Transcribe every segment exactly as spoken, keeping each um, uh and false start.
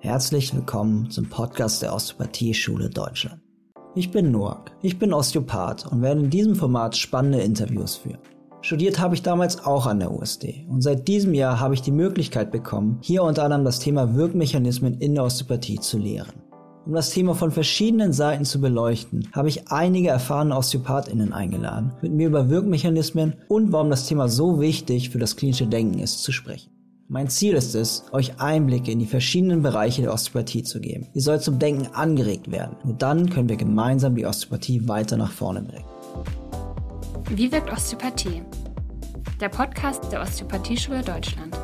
Herzlich willkommen zum Podcast der Osteopathie-Schule Deutschland. Ich bin Noak, ich bin Osteopath und werde in diesem Format spannende Interviews führen. Studiert habe ich damals auch an der U S D und seit diesem Jahr habe ich die Möglichkeit bekommen, hier unter anderem das Thema Wirkmechanismen in der Osteopathie zu lehren. Um das Thema von verschiedenen Seiten zu beleuchten, habe ich einige erfahrene OsteopathInnen eingeladen, mit mir über Wirkmechanismen und warum das Thema so wichtig für das klinische Denken ist, zu sprechen. Mein Ziel ist es, euch Einblicke in die verschiedenen Bereiche der Osteopathie zu geben. Ihr sollt zum Denken angeregt werden. Nur dann können wir gemeinsam die Osteopathie weiter nach vorne bringen. Wie wirkt Osteopathie? Der Podcast der Osteopathie-Schule Deutschland.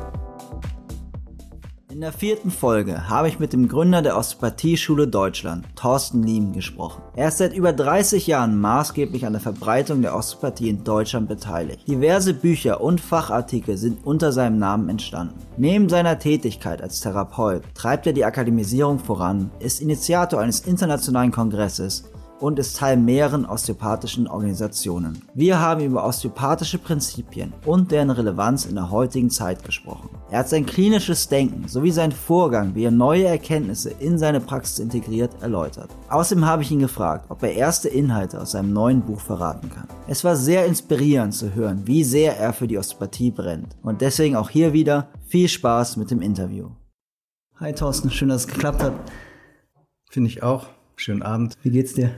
In der vierten Folge habe ich mit dem Gründer der Osteopathie-Schule Deutschland, Thorsten Liem, gesprochen. Er ist seit über dreißig Jahren maßgeblich an der Verbreitung der Osteopathie in Deutschland beteiligt. Diverse Bücher und Fachartikel sind unter seinem Namen entstanden. Neben seiner Tätigkeit als Therapeut treibt er die Akademisierung voran, ist Initiator eines internationalen Kongresses und ist Teil mehreren osteopathischen Organisationen. Wir haben über osteopathische Prinzipien und deren Relevanz in der heutigen Zeit gesprochen. Er hat sein klinisches Denken sowie seinen Vorgang, wie er neue Erkenntnisse in seine Praxis integriert, erläutert. Außerdem habe ich ihn gefragt, ob er erste Inhalte aus seinem neuen Buch verraten kann. Es war sehr inspirierend zu hören, wie sehr er für die Osteopathie brennt. Und deswegen auch hier wieder viel Spaß mit dem Interview. Hi Thorsten, schön, dass es geklappt hat. Finde ich auch. Schönen Abend. Wie geht's dir?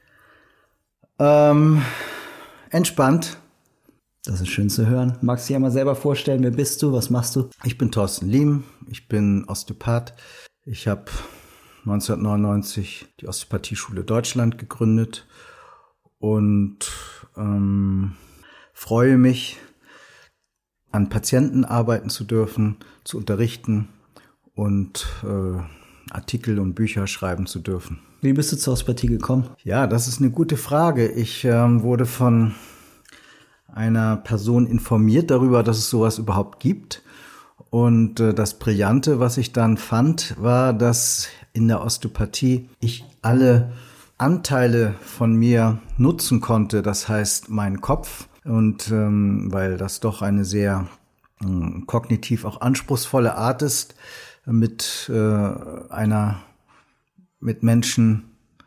Ähm, entspannt. Das ist schön zu hören. Magst du dich einmal selber vorstellen, wer bist du, was machst du? Ich bin Thorsten Liem, ich bin Osteopath. Ich habe neunzehnhundertneunundneunzig die Osteopathie-Schule Deutschland gegründet und ähm, freue mich, an Patienten arbeiten zu dürfen, zu unterrichten und äh, Artikel und Bücher schreiben zu dürfen. Wie bist du zur Osteopathie gekommen? Ja, das ist eine gute Frage. Ich ähm, wurde von einer Person informiert darüber, dass es sowas überhaupt gibt. Und äh, das Brillante, was ich dann fand, war, dass in der Osteopathie ich alle Anteile von mir nutzen konnte. Das heißt, meinen Kopf. Und ähm, weil das doch eine sehr äh, kognitiv auch anspruchsvolle Art ist, mit äh, einer mit Menschen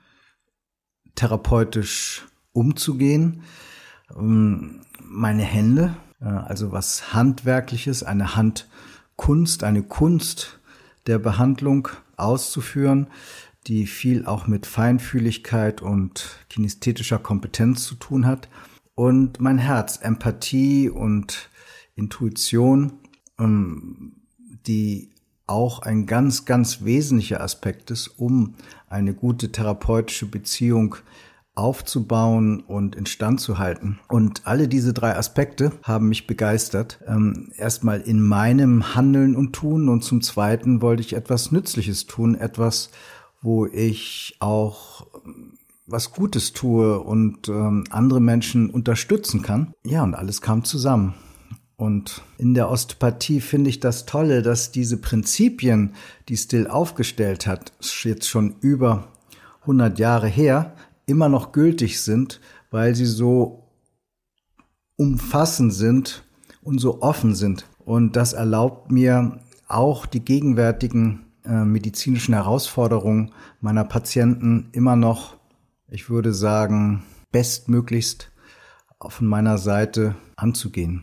therapeutisch umzugehen. Ähm, meine Hände, äh, also was Handwerkliches, eine Handkunst, eine Kunst der Behandlung auszuführen, die viel auch mit Feinfühligkeit und kinästhetischer Kompetenz zu tun hat. Und mein Herz, Empathie und Intuition, ähm, die auch ein ganz, ganz wesentlicher Aspekt ist, um eine gute therapeutische Beziehung aufzubauen und instand zu halten. Und alle diese drei Aspekte haben mich begeistert. Ähm, erstmal in meinem Handeln und Tun und zum Zweiten wollte ich etwas Nützliches tun, etwas, wo ich auch was Gutes tue und ähm, andere Menschen unterstützen kann. Ja, und alles kam zusammen. Und in der Osteopathie finde ich das Tolle, dass diese Prinzipien, die Still aufgestellt hat, jetzt schon über hundert Jahre her, immer noch gültig sind, weil sie so umfassend sind und so offen sind. Und das erlaubt mir auch die gegenwärtigen äh, medizinischen Herausforderungen meiner Patienten immer noch, ich würde sagen, bestmöglichst von meiner Seite anzugehen.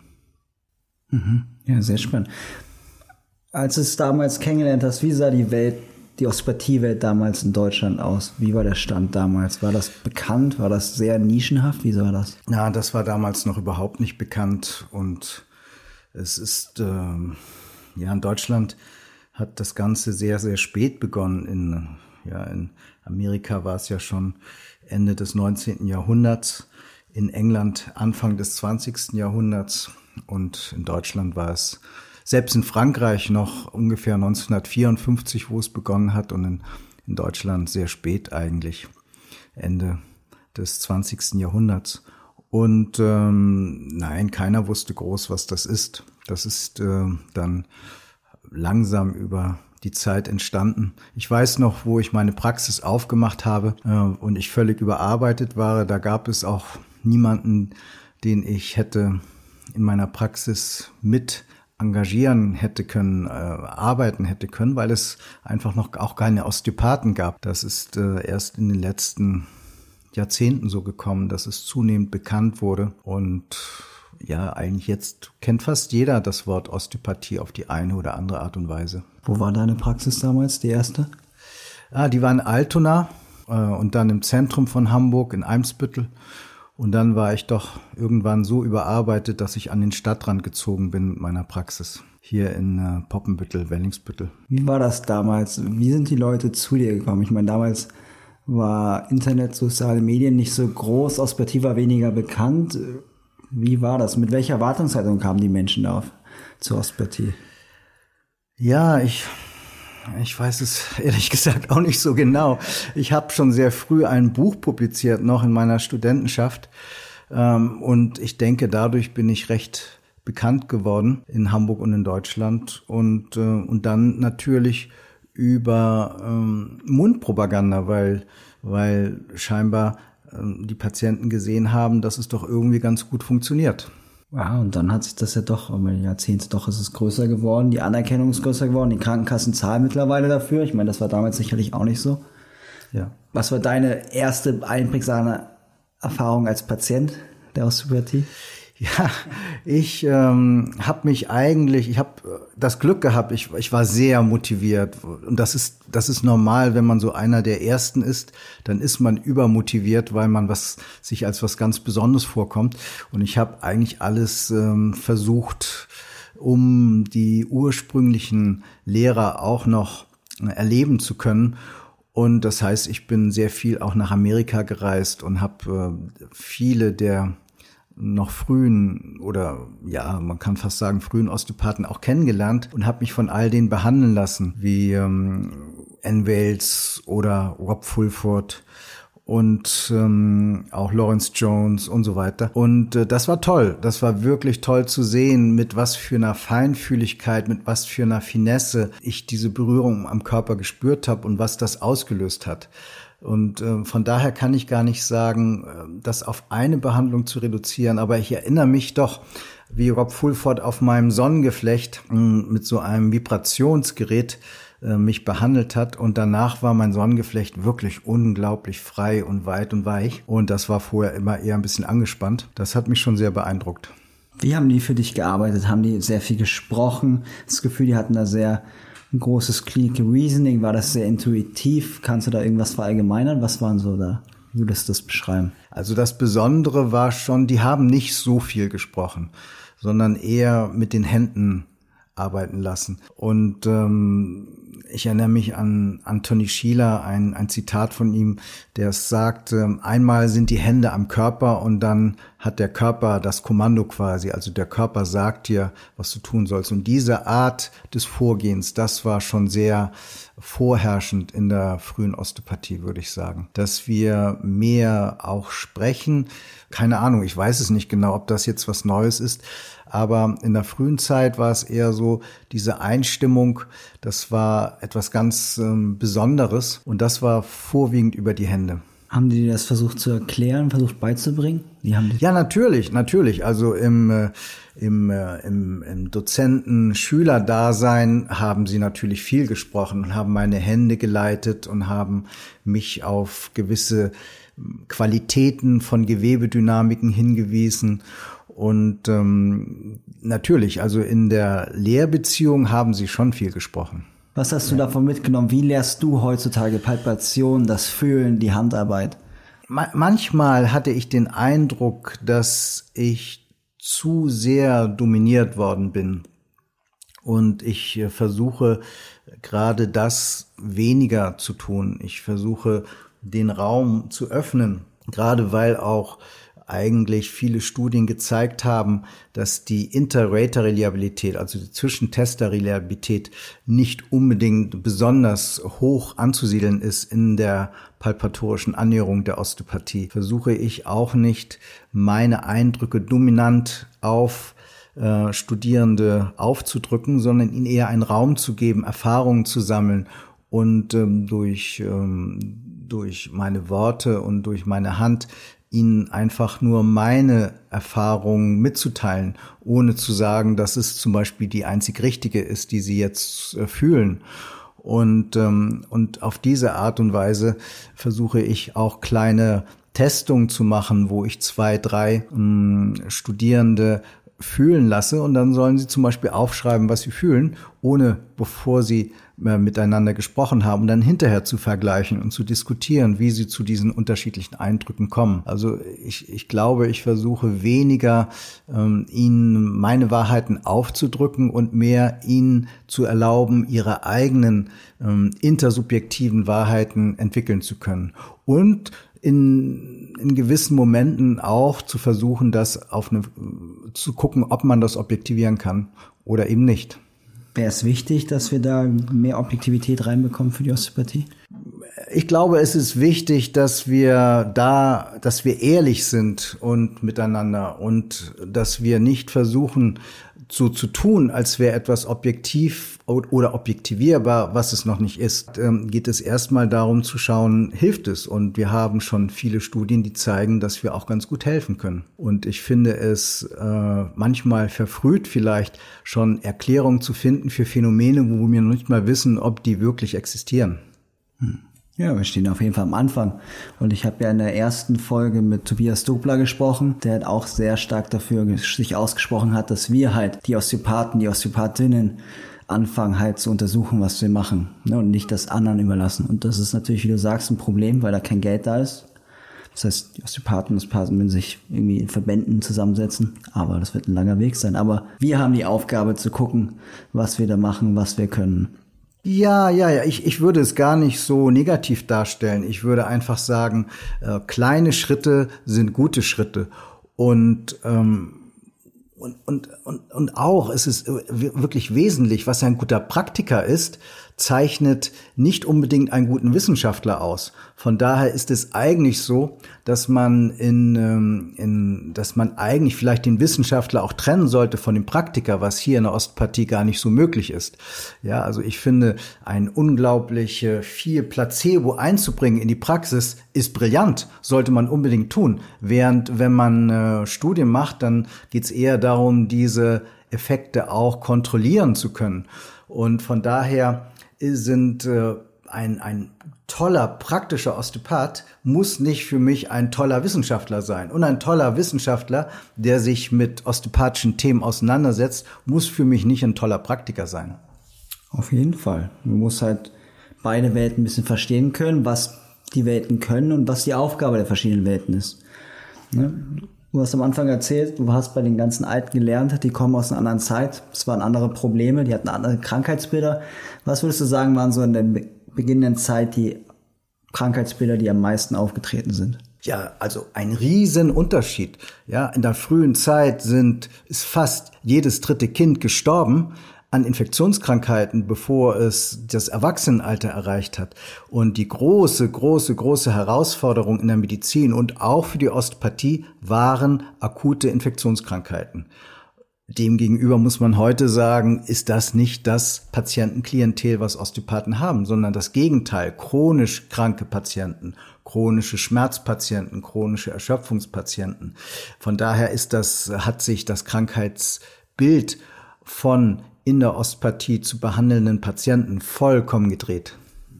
Ja, sehr spannend. Als du es damals kennengelernt hast, wie sah die Welt, die Osteopathie-Welt damals in Deutschland aus? Wie war der Stand damals? War das bekannt? War das sehr nischenhaft? Wie war das? Ja, das war damals noch überhaupt nicht bekannt und es ist, äh, ja, in Deutschland hat das Ganze sehr, sehr spät begonnen. In, ja, in Amerika war es ja schon Ende des neunzehnten Jahrhunderts, in England Anfang des zwanzigsten Jahrhunderts. Und in Deutschland war es selbst in Frankreich noch ungefähr neunzehnhundertvierundfünfzig, wo es begonnen hat, und in, in Deutschland sehr spät eigentlich, Ende des zwanzigsten Jahrhunderts. Und ähm, nein, keiner wusste groß, was das ist. Das ist äh, dann langsam über die Zeit entstanden. Ich weiß noch, wo ich meine Praxis aufgemacht habe äh, und ich völlig überarbeitet war. Da gab es auch niemanden, den ich hätte in meiner Praxis mit engagieren hätte können, äh, arbeiten hätte können, weil es einfach noch auch keine Osteopathen gab. Das ist äh, erst in den letzten Jahrzehnten so gekommen, dass es zunehmend bekannt wurde. Und ja, eigentlich jetzt kennt fast jeder das Wort Osteopathie auf die eine oder andere Art und Weise. Wo war deine Praxis damals, die erste? Ah, die war in Altona äh, und dann im Zentrum von Hamburg in Eimsbüttel. Und dann war ich doch irgendwann so überarbeitet, dass ich an den Stadtrand gezogen bin mit meiner Praxis. Hier in äh, Poppenbüttel, Wellingsbüttel. Wie war das damals? Wie sind die Leute zu dir gekommen? Ich meine, damals war Internet, soziale Medien nicht so groß, Osteopathie war weniger bekannt. Wie war das? Mit welcher Erwartungshaltung kamen die Menschen auf zur Osteopathie? Ja, ich... Ich weiß es ehrlich gesagt auch nicht so genau. Ich habe schon sehr früh ein Buch publiziert, noch in meiner Studentenschaft. Und ich denke, dadurch bin ich recht bekannt geworden in Hamburg und in Deutschland. Und, und dann natürlich über Mundpropaganda, weil, weil scheinbar die Patienten gesehen haben, dass es doch irgendwie ganz gut funktioniert. Ja, und dann hat sich das ja doch über die Jahrzehnte, doch ist es größer geworden, die Anerkennung ist größer geworden, die Krankenkassen zahlen mittlerweile dafür. Ich meine, das war damals sicherlich auch nicht so. Ja. Was war deine erste einprägsame Erfahrung als Patient der Osteopathie? Ja, ich ähm, habe mich eigentlich, ich habe das Glück gehabt, ich, ich war sehr motiviert und das ist das ist normal, wenn man so einer der Ersten ist, dann ist man übermotiviert, weil man was sich als was ganz Besonderes vorkommt und ich habe eigentlich alles ähm, versucht, um die ursprünglichen Lehrer auch noch erleben zu können. Und das heißt, ich bin sehr viel auch nach Amerika gereist und habe äh, viele der noch frühen oder ja, man kann fast sagen frühen Osteopathen auch kennengelernt und habe mich von all denen behandeln lassen, wie ähm, Ann Wales oder Rob Fulford und ähm, auch Lawrence Jones und so weiter. Und äh, das war toll. Das war wirklich toll zu sehen, mit was für einer Feinfühligkeit, mit was für einer Finesse ich diese Berührung am Körper gespürt habe und was das ausgelöst hat. Und äh, von daher kann ich gar nicht sagen, äh, das auf eine Behandlung zu reduzieren. Aber ich erinnere mich doch, wie Rob Fulford auf meinem Sonnengeflecht mh, mit so einem Vibrationsgerät äh, mich behandelt hat. Und danach war mein Sonnengeflecht wirklich unglaublich frei und weit und weich. Und das war vorher immer eher ein bisschen angespannt. Das hat mich schon sehr beeindruckt. Wie haben die für dich gearbeitet? Haben die sehr viel gesprochen? Das Gefühl, die hatten da sehr ein großes Clinical Reasoning, war das sehr intuitiv? Kannst du da irgendwas verallgemeinern? Was waren so da? Wie würdest du das beschreiben? Also das Besondere war schon, die haben nicht so viel gesprochen, sondern eher mit den Händen arbeiten lassen. Und ähm, ich erinnere mich an Anthony Schieler, ein, ein Zitat von ihm, der sagt, äh, einmal sind die Hände am Körper und dann hat der Körper das Kommando quasi. Also der Körper sagt dir, was du tun sollst. Und diese Art des Vorgehens, das war schon sehr vorherrschend in der frühen Osteopathie, würde ich sagen. Dass wir mehr auch sprechen, keine Ahnung, ich weiß es nicht genau, ob das jetzt was Neues ist, aber in der frühen Zeit war es eher so, diese Einstimmung, das war etwas ganz ähm, Besonderes und das war vorwiegend über die Hände. Haben die das versucht zu erklären, versucht beizubringen? Wie haben die ja, natürlich, natürlich. Also im, äh, im, äh, im, im Dozenten-Schüler-Dasein haben sie natürlich viel gesprochen und haben meine Hände geleitet und haben mich auf gewisse Qualitäten von Gewebedynamiken hingewiesen. Und ähm, natürlich, also in der Lehrbeziehung haben sie schon viel gesprochen. Was hast du davon mitgenommen? Wie lehrst du heutzutage Palpation, das Fühlen, die Handarbeit? Ma- manchmal hatte ich den Eindruck, dass ich zu sehr dominiert worden bin. Und ich äh, versuche gerade das weniger zu tun. Ich versuche den Raum zu öffnen, gerade weil auch eigentlich viele Studien gezeigt haben, dass die Inter-Rater-Reliabilität, also die Zwischentester-Reliabilität, nicht unbedingt besonders hoch anzusiedeln ist in der palpatorischen Annäherung der Osteopathie. Versuche ich auch nicht, meine Eindrücke dominant auf äh, Studierende aufzudrücken, sondern ihnen eher einen Raum zu geben, Erfahrungen zu sammeln und ähm, durch ähm, durch meine Worte und durch meine Hand Ihnen einfach nur meine Erfahrungen mitzuteilen, ohne zu sagen, dass es zum Beispiel die einzig richtige ist, die Sie jetzt äh, fühlen. Und, ähm, und auf diese Art und Weise versuche ich auch kleine Testungen zu machen, wo ich zwei, drei ähm, Studierende fühlen lasse und dann sollen sie zum Beispiel aufschreiben, was sie fühlen, ohne bevor sie äh, miteinander gesprochen haben und dann hinterher zu vergleichen und zu diskutieren, wie sie zu diesen unterschiedlichen Eindrücken kommen. Also ich, ich glaube, ich versuche weniger ähm, ihnen meine Wahrheiten aufzudrücken und mehr ihnen zu erlauben, ihre eigenen ähm, intersubjektiven Wahrheiten entwickeln zu können. Und in, in gewissen Momenten auch zu versuchen, das auf eine, zu gucken, ob man das objektivieren kann oder eben nicht. Wäre es wichtig, dass wir da mehr Objektivität reinbekommen für die Osteopathie? Ich glaube, es ist wichtig, dass wir da, dass wir ehrlich sind und miteinander und dass wir nicht versuchen, so zu tun, als wäre etwas objektiv oder objektivierbar, was es noch nicht ist. Ähm, geht es erstmal darum zu schauen, hilft es? Und wir haben schon viele Studien, die zeigen, dass wir auch ganz gut helfen können. Und ich finde es äh, manchmal verfrüht vielleicht schon Erklärungen zu finden für Phänomene, wo wir noch nicht mal wissen, ob die wirklich existieren. Hm. Ja, wir stehen auf jeden Fall am Anfang. Und ich habe ja in der ersten Folge mit Tobias Dobler gesprochen, der halt auch sehr stark dafür sich ausgesprochen hat, dass wir halt die Osteopathen, die Osteopathinnen anfangen halt zu untersuchen, was wir machen, ne, und nicht das anderen überlassen. Und das ist natürlich, wie du sagst, ein Problem, weil da kein Geld da ist. Das heißt, die Osteopathen und Osteopathen müssen sich irgendwie in Verbänden zusammensetzen, aber das wird ein langer Weg sein. Aber wir haben die Aufgabe zu gucken, was wir da machen, was wir können. Ja, ja, ja. Ich, ich würde es gar nicht so negativ darstellen. Ich würde einfach sagen, äh, kleine Schritte sind gute Schritte. Und, ähm, und, und, und, und auch, es ist wirklich wesentlich, was ein guter Praktiker ist, zeichnet nicht unbedingt einen guten Wissenschaftler aus. Von daher ist es eigentlich so, dass man in, in, dass man eigentlich vielleicht den Wissenschaftler auch trennen sollte von dem Praktiker, was hier in der Osteopathie gar nicht so möglich ist. Ja, also ich finde, ein unglaublich viel Placebo einzubringen in die Praxis ist brillant, sollte man unbedingt tun. Während wenn man äh, Studien macht, dann geht es eher darum, diese Effekte auch kontrollieren zu können. Und von daher sind äh, ein, ein toller, praktischer Osteopath muss nicht für mich ein toller Wissenschaftler sein. Und ein toller Wissenschaftler, der sich mit osteopathischen Themen auseinandersetzt, muss für mich nicht ein toller Praktiker sein. Auf jeden Fall. Man muss halt beide Welten ein bisschen verstehen können, was die Welten können und was die Aufgabe der verschiedenen Welten ist. Ne? Du hast am Anfang erzählt, du hast bei den ganzen Alten gelernt, die kommen aus einer anderen Zeit, es waren andere Probleme, die hatten andere Krankheitsbilder. Was würdest du sagen, waren so in der beginnenden Zeit die Krankheitsbilder, die am meisten aufgetreten sind? Ja, also ein Riesenunterschied. Ja, in der frühen Zeit sind, ist fast jedes dritte Kind gestorben an Infektionskrankheiten, bevor es das Erwachsenenalter erreicht hat. Und die große, große, große Herausforderung in der Medizin und auch für die Osteopathie waren akute Infektionskrankheiten. Demgegenüber muss man heute sagen, ist das nicht das Patientenklientel, was Osteopathen haben, sondern das Gegenteil, chronisch kranke Patienten, chronische Schmerzpatienten, chronische Erschöpfungspatienten. Von daher ist das, hat sich das Krankheitsbild von in der Osteopathie zu behandelnden Patienten vollkommen gedreht.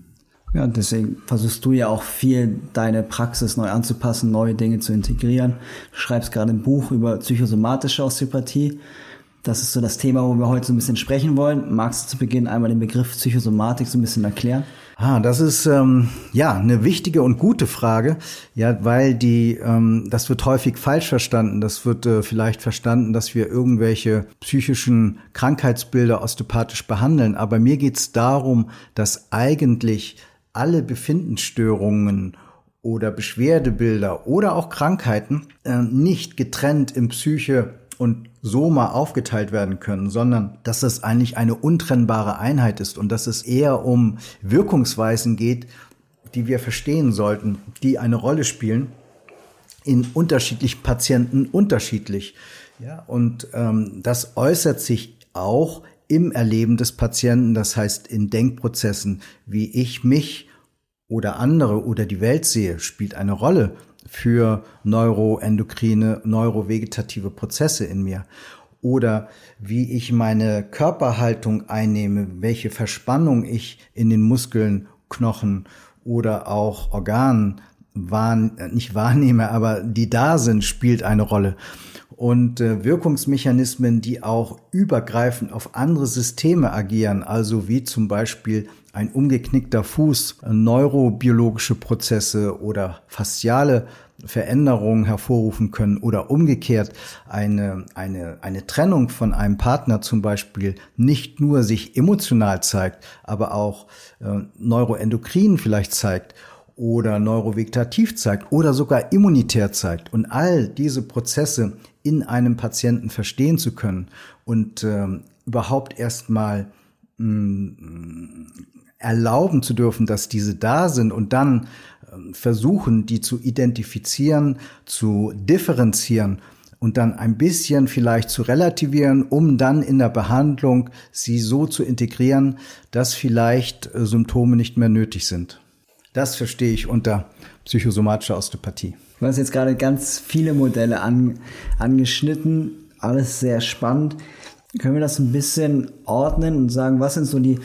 Ja, deswegen versuchst du ja auch viel, deine Praxis neu anzupassen, neue Dinge zu integrieren. Du schreibst gerade ein Buch über psychosomatische Osteopathie. Das ist so das Thema, wo wir heute so ein bisschen sprechen wollen. Magst du zu Beginn einmal den Begriff Psychosomatik so ein bisschen erklären? Ah, das ist ähm, ja eine wichtige und gute Frage, ja, weil die ähm, das wird häufig falsch verstanden. Das wird äh, vielleicht verstanden, dass wir irgendwelche psychischen Krankheitsbilder osteopathisch behandeln. Aber mir geht's darum, dass eigentlich alle Befindensstörungen oder Beschwerdebilder oder auch Krankheiten äh, nicht getrennt in Psyche und Soma aufgeteilt werden können, sondern dass das eigentlich eine untrennbare Einheit ist und dass es eher um Wirkungsweisen geht, die wir verstehen sollten, die eine Rolle spielen in unterschiedlichen Patienten unterschiedlich. Ja, und ähm, das äußert sich auch im Erleben des Patienten, das heißt in Denkprozessen, wie ich mich oder andere oder die Welt sehe, spielt eine Rolle für neuroendokrine, neurovegetative Prozesse in mir. Oder wie ich meine Körperhaltung einnehme, welche Verspannung ich in den Muskeln, Knochen oder auch Organen wahr, nicht wahrnehme, aber die da sind, spielt eine Rolle. Und äh, Wirkungsmechanismen, die auch übergreifend auf andere Systeme agieren, also wie zum Beispiel ein umgeknickter Fuß, neurobiologische Prozesse oder fasziale Veränderungen hervorrufen können oder umgekehrt eine, eine, eine Trennung von einem Partner zum Beispiel nicht nur sich emotional zeigt, aber auch äh, neuroendokrin vielleicht zeigt oder neurovegetativ zeigt oder sogar immunitär zeigt. Und all diese Prozesse in einem Patienten verstehen zu können und äh, überhaupt erstmal mh, erlauben zu dürfen, dass diese da sind und dann äh, versuchen, die zu identifizieren, zu differenzieren und dann ein bisschen vielleicht zu relativieren, um dann in der Behandlung sie so zu integrieren, dass vielleicht äh, Symptome nicht mehr nötig sind. Das verstehe ich unter psychosomatischer Osteopathie. Du hast jetzt gerade ganz viele Modelle an, angeschnitten, alles sehr spannend. Können wir das ein bisschen ordnen und sagen, was sind so die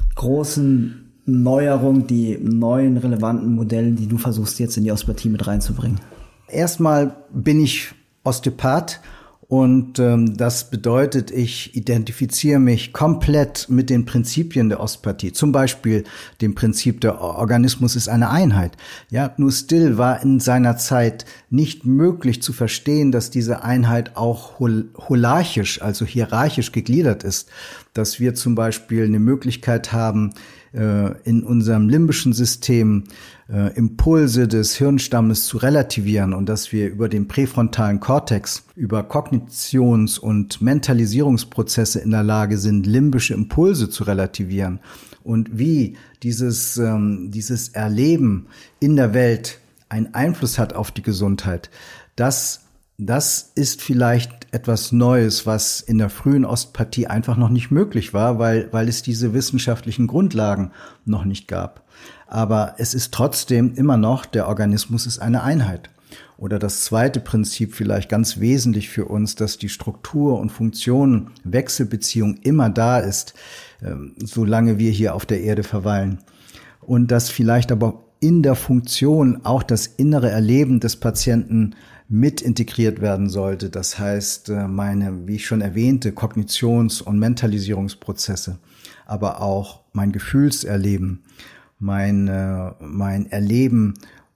großen Neuerungen, die neuen relevanten Modelle, die du versuchst jetzt in die Osteopathie mit reinzubringen? Erstmal bin ich Osteopath und ähm, das bedeutet, ich identifiziere mich komplett mit den Prinzipien der Osteopathie. Zum Beispiel dem Prinzip, der Organismus ist eine Einheit. Ja, nur Still war in seiner Zeit nicht möglich zu verstehen, dass diese Einheit auch hol- holarchisch, also hierarchisch gegliedert ist. Dass wir zum Beispiel eine Möglichkeit haben, äh, in unserem limbischen System äh, Impulse des Hirnstammes zu relativieren und dass wir über den präfrontalen Kortex, über Kognitions- und Mentalisierungsprozesse in der Lage sind, limbische Impulse zu relativieren. Und wie dieses, ähm, dieses Erleben in der Welt einen Einfluss hat auf die Gesundheit, das Das ist vielleicht etwas Neues, was in der frühen Osteopathie einfach noch nicht möglich war, weil, weil es diese wissenschaftlichen Grundlagen noch nicht gab. Aber es ist trotzdem immer noch, der Organismus ist eine Einheit. Oder das zweite Prinzip vielleicht ganz wesentlich für uns, dass die Struktur und Funktion, Wechselbeziehung immer da ist, ähm, solange wir hier auf der Erde verweilen. Und dass vielleicht aber in der Funktion auch das innere Erleben des Patienten mit integriert werden sollte. Das heißt, meine, wie ich schon erwähnte, Kognitions- und Mentalisierungsprozesse, aber auch mein Gefühlserleben, mein, mein Erleben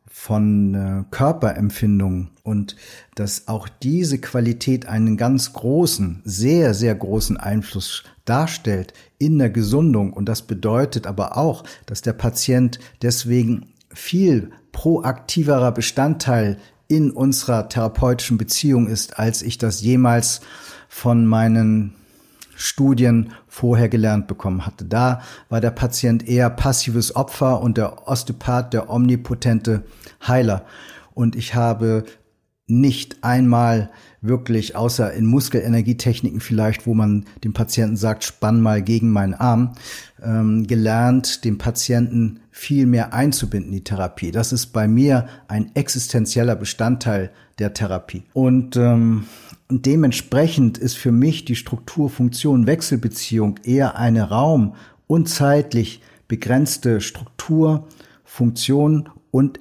von Körperempfindungen und dass auch diese Qualität einen ganz großen, sehr, sehr großen Einfluss darstellt in der Gesundung. Und das bedeutet aber auch, dass der Patient deswegen viel proaktiverer Bestandteil in unserer therapeutischen Beziehung ist, als ich das jemals von meinen Studien vorher gelernt bekommen hatte. Da war der Patient eher passives Opfer und der Osteopath der omnipotente Heiler. Und ich habe nicht einmal wirklich, außer in Muskelenergietechniken vielleicht, wo man dem Patienten sagt, spann mal gegen meinen Arm, ähm, gelernt, den Patienten viel mehr einzubinden, die Therapie. Das ist bei mir ein existenzieller Bestandteil der Therapie. Und ähm, dementsprechend ist für mich die Struktur-Funktion-Wechselbeziehung eher eine raum- und zeitlich begrenzte Struktur, Funktion und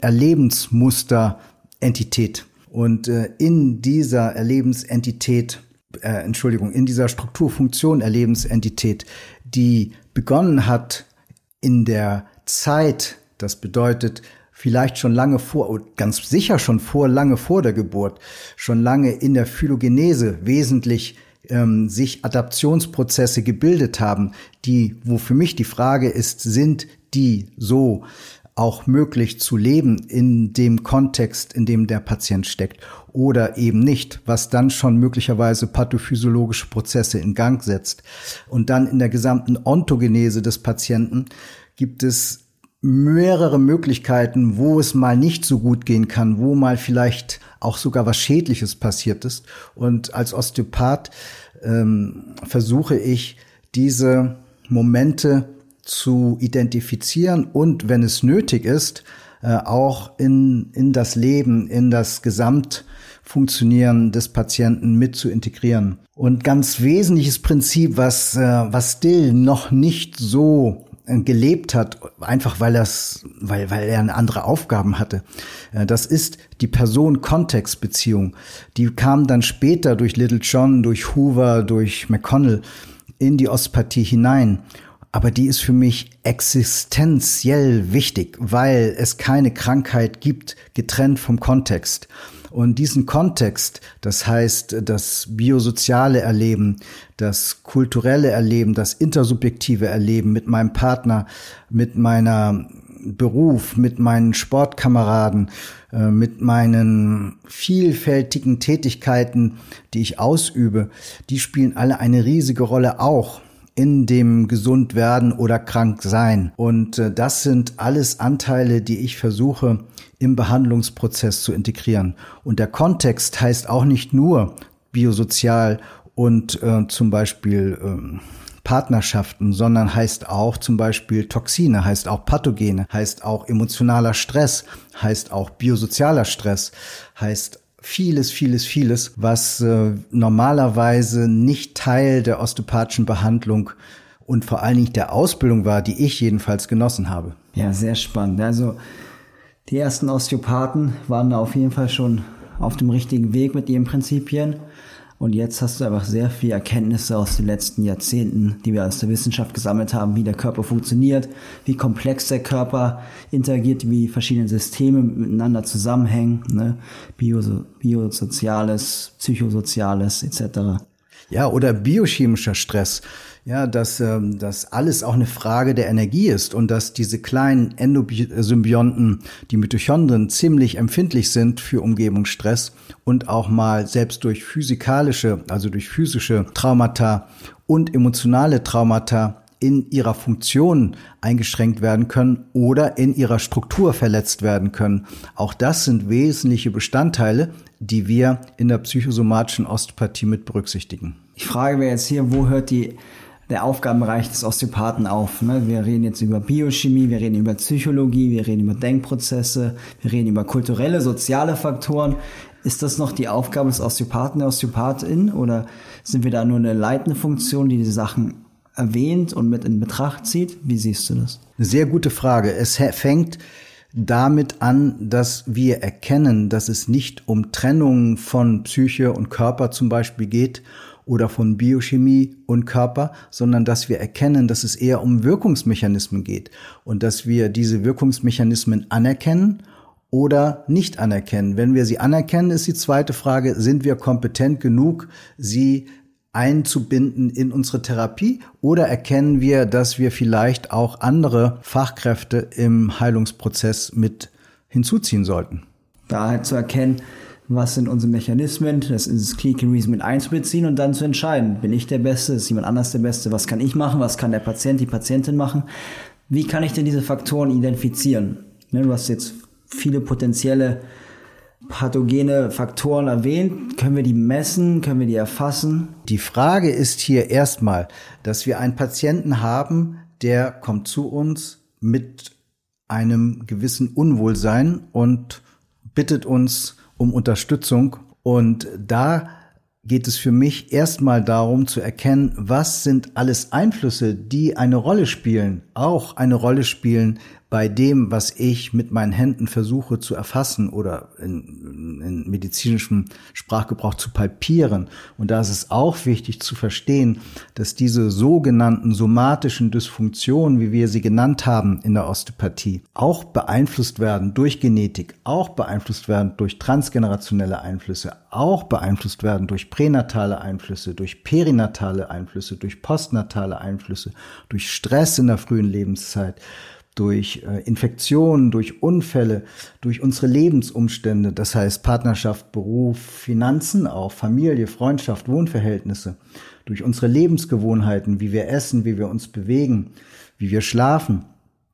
Erlebensmuster-Entität. Und äh, in dieser Erlebensentität, äh, Entschuldigung, in dieser Strukturfunktion-Erlebensentität, die begonnen hat in der Zeit, das bedeutet vielleicht schon lange vor, ganz sicher schon vor, lange vor der Geburt, schon lange in der Phylogenese wesentlich ähm, sich Adaptionsprozesse gebildet haben, die, wo für mich die Frage ist, sind die so auch möglich zu leben in dem Kontext, in dem der Patient steckt oder eben nicht, was dann schon möglicherweise pathophysiologische Prozesse in Gang setzt. Und dann in der gesamten Ontogenese des Patienten gibt es mehrere Möglichkeiten, wo es mal nicht so gut gehen kann, wo mal vielleicht auch sogar was Schädliches passiert ist. Und als Osteopath ähm, versuche ich, diese Momente zu identifizieren und, wenn es nötig ist, äh, auch in, in das Leben, in das Gesamtfunktionieren des Patienten mit zu integrieren. Und ganz wesentliches Prinzip, was, äh, was Dill noch nicht so gelebt hat, einfach weil das, weil, weil er andere Aufgaben hatte. Das ist die Person-Kontext-Beziehung. Die kam dann später durch Little John, durch Hoover, durch McConnell in die Osteopathie hinein. Aber die ist für mich existenziell wichtig, weil es keine Krankheit gibt, getrennt vom Kontext. Und diesen Kontext, das heißt das biosoziale Erleben, das kulturelle Erleben, das intersubjektive Erleben mit meinem Partner, mit meiner Beruf, mit meinen Sportkameraden, äh, mit meinen vielfältigen Tätigkeiten, die ich ausübe, die spielen alle eine riesige Rolle auch in dem Gesundwerden oder Kranksein. Und äh, das sind alles Anteile, die ich versuche im Behandlungsprozess zu integrieren. Und der Kontext heißt auch nicht nur biosozial und äh, zum Beispiel ähm, Partnerschaften, sondern heißt auch zum Beispiel Toxine, heißt auch Pathogene, heißt auch emotionaler Stress, heißt auch biosozialer Stress, heißt vieles, vieles, vieles, was äh, normalerweise nicht Teil der osteopathischen Behandlung und vor allen Dingen der Ausbildung war, die ich jedenfalls genossen habe. Ja, sehr spannend. Also die ersten Osteopathen waren da auf jeden Fall schon auf dem richtigen Weg mit ihren Prinzipien. Und jetzt hast du einfach sehr viele Erkenntnisse aus den letzten Jahrzehnten, die wir aus der Wissenschaft gesammelt haben, wie der Körper funktioniert, wie komplex der Körper interagiert, wie verschiedene Systeme miteinander zusammenhängen, ne? Bio, biosoziales, psychosoziales et cetera. Ja, oder biochemischer Stress. Ja, dass ähm, dass alles auch eine Frage der Energie ist und dass diese kleinen Endosymbionten, die Mitochondrien, ziemlich empfindlich sind für Umgebungsstress und auch mal selbst durch physikalische, also durch physische Traumata und emotionale Traumata in ihrer Funktion eingeschränkt werden können oder in ihrer Struktur verletzt werden können. Auch das sind wesentliche Bestandteile, die wir in der psychosomatischen Osteopathie mit berücksichtigen. Ich frage mir jetzt hier, wo hört die der Aufgabenbereich des Osteopathen auf? Ne? Wir reden jetzt über Biochemie, wir reden über Psychologie, wir reden über Denkprozesse, wir reden über kulturelle, soziale Faktoren. Ist das noch die Aufgabe des Osteopathen, der Osteopathin, oder sind wir da nur eine leitende Funktion, die die Sachen erwähnt und mit in Betracht zieht? Wie siehst du das? Eine sehr gute Frage. Es fängt damit an, dass wir erkennen, dass es nicht um Trennung von Psyche und Körper zum Beispiel geht oder von Biochemie und Körper, sondern dass wir erkennen, dass es eher um Wirkungsmechanismen geht und dass wir diese Wirkungsmechanismen anerkennen oder nicht anerkennen. Wenn wir sie anerkennen, ist die zweite Frage, sind wir kompetent genug, sie einzubinden in unsere Therapie, oder erkennen wir, dass wir vielleicht auch andere Fachkräfte im Heilungsprozess mit hinzuziehen sollten? Da halt zu erkennen, was sind unsere Mechanismen, das ist das Clinical Reason mit einzubeziehen und dann zu entscheiden, bin ich der Beste, ist jemand anders der Beste, was kann ich machen, was kann der Patient, die Patientin machen, wie kann ich denn diese Faktoren identifizieren? Ne, du hast jetzt viele potenzielle pathogene Faktoren erwähnt. Können wir die messen? Können wir die erfassen? Die Frage ist hier erstmal, dass wir einen Patienten haben, der kommt zu uns mit einem gewissen Unwohlsein und bittet uns um Unterstützung. Und da geht es für mich erstmal darum zu erkennen, was sind alles Einflüsse, die eine Rolle spielen, auch eine Rolle spielen bei dem, was ich mit meinen Händen versuche zu erfassen oder in, in medizinischem Sprachgebrauch zu palpieren. Und da ist es auch wichtig zu verstehen, dass diese sogenannten somatischen Dysfunktionen, wie wir sie genannt haben in der Osteopathie, auch beeinflusst werden durch Genetik, auch beeinflusst werden durch transgenerationelle Einflüsse, auch beeinflusst werden durch pränatale Einflüsse, durch perinatale Einflüsse, durch postnatale Einflüsse, durch Stress in der frühen Lebenszeit, durch äh, Infektionen, durch Unfälle, durch unsere Lebensumstände, das heißt Partnerschaft, Beruf, Finanzen auch, Familie, Freundschaft, Wohnverhältnisse, durch unsere Lebensgewohnheiten, wie wir essen, wie wir uns bewegen, wie wir schlafen.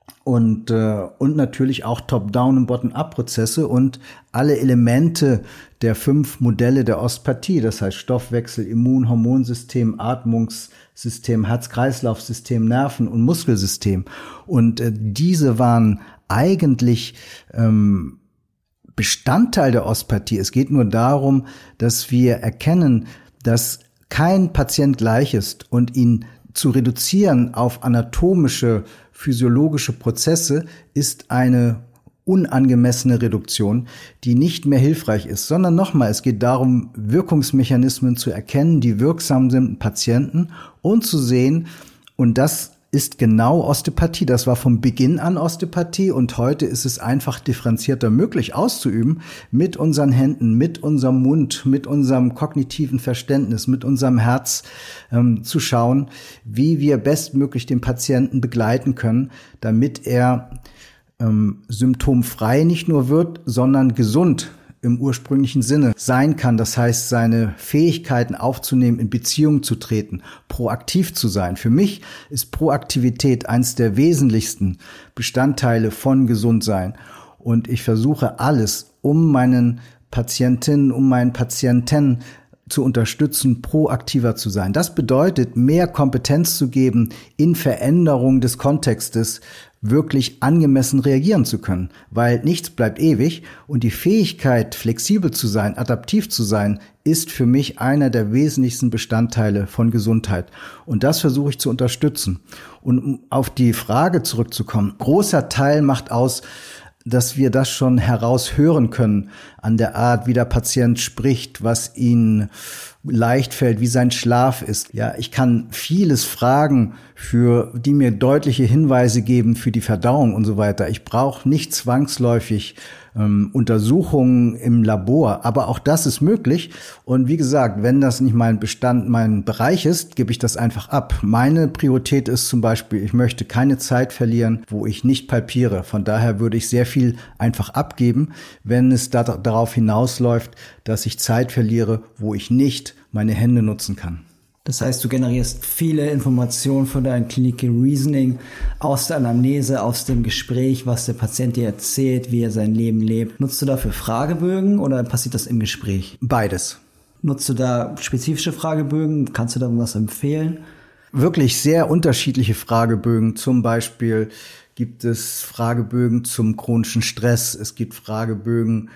und äh, und natürlich auch Top-Down- und Bottom-Up-Prozesse und alle Elemente der fünf Modelle der Osteopathie, das heißt Stoffwechsel, Immun-, Hormonsystem, Atmungssystem, Herz-Kreislauf-System, Nerven- und Muskelsystem. Und äh, diese waren eigentlich ähm, Bestandteil der Osteopathie. Es geht nur darum, dass wir erkennen, dass kein Patient gleich ist, und ihn zu reduzieren auf anatomische, physiologische Prozesse ist eine unangemessene Reduktion, die nicht mehr hilfreich ist, sondern nochmal, es geht darum, Wirkungsmechanismen zu erkennen, die wirksam sind im Patienten und zu sehen, und das ist genau Osteopathie. Das war vom Beginn an Osteopathie, und heute ist es einfach differenzierter möglich auszuüben, mit unseren Händen, mit unserem Mund, mit unserem kognitiven Verständnis, mit unserem Herz ähm, zu schauen, wie wir bestmöglich den Patienten begleiten können, damit er ähm, symptomfrei nicht nur wird, sondern gesund im ursprünglichen Sinne sein kann. Das heißt, seine Fähigkeiten aufzunehmen, in Beziehung zu treten, proaktiv zu sein. Für mich ist Proaktivität eines der wesentlichsten Bestandteile von Gesundsein. Und ich versuche alles, um meinen Patientinnen, um meinen Patienten zu unterstützen, proaktiver zu sein. Das bedeutet, mehr Kompetenz zu geben, in Veränderung des Kontextes wirklich angemessen reagieren zu können, weil nichts bleibt ewig, und die Fähigkeit, flexibel zu sein, adaptiv zu sein, ist für mich einer der wesentlichsten Bestandteile von Gesundheit. Und das versuche ich zu unterstützen. Und um auf die Frage zurückzukommen, großer Teil macht aus, dass wir das schon heraushören können an der Art, wie der Patient spricht, was ihn leicht fällt, wie sein Schlaf ist. Ja, ich kann vieles fragen, für die mir deutliche Hinweise geben für die Verdauung und so weiter. Ich brauche nicht zwangsläufig ähm, Untersuchungen im Labor, aber auch das ist möglich. Und wie gesagt, wenn das nicht mein Bestand, mein Bereich ist, gebe ich das einfach ab. Meine Priorität ist zum Beispiel, ich möchte keine Zeit verlieren, wo ich nicht palpiere. Von daher würde ich sehr viel einfach abgeben, wenn es da, darauf hinausläuft, dass ich Zeit verliere, wo ich nicht meine Hände nutzen kann. Das heißt, du generierst viele Informationen für dein Clinical Reasoning aus der Anamnese, aus dem Gespräch, was der Patient dir erzählt, wie er sein Leben lebt. Nutzt du dafür Fragebögen oder passiert das im Gespräch? Beides. Nutzt du da spezifische Fragebögen? Kannst du da was empfehlen? Wirklich sehr unterschiedliche Fragebögen. Zum Beispiel gibt es Fragebögen zum chronischen Stress. Es gibt Fragebögen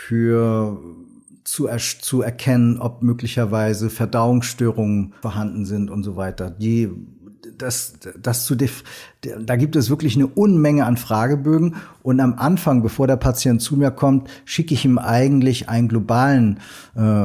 für Zu, er, zu erkennen, ob möglicherweise Verdauungsstörungen vorhanden sind und so weiter. Die, das, das zu, da gibt es wirklich eine Unmenge an Fragebögen, und am Anfang, bevor der Patient zu mir kommt, schicke ich ihm eigentlich einen globalen äh,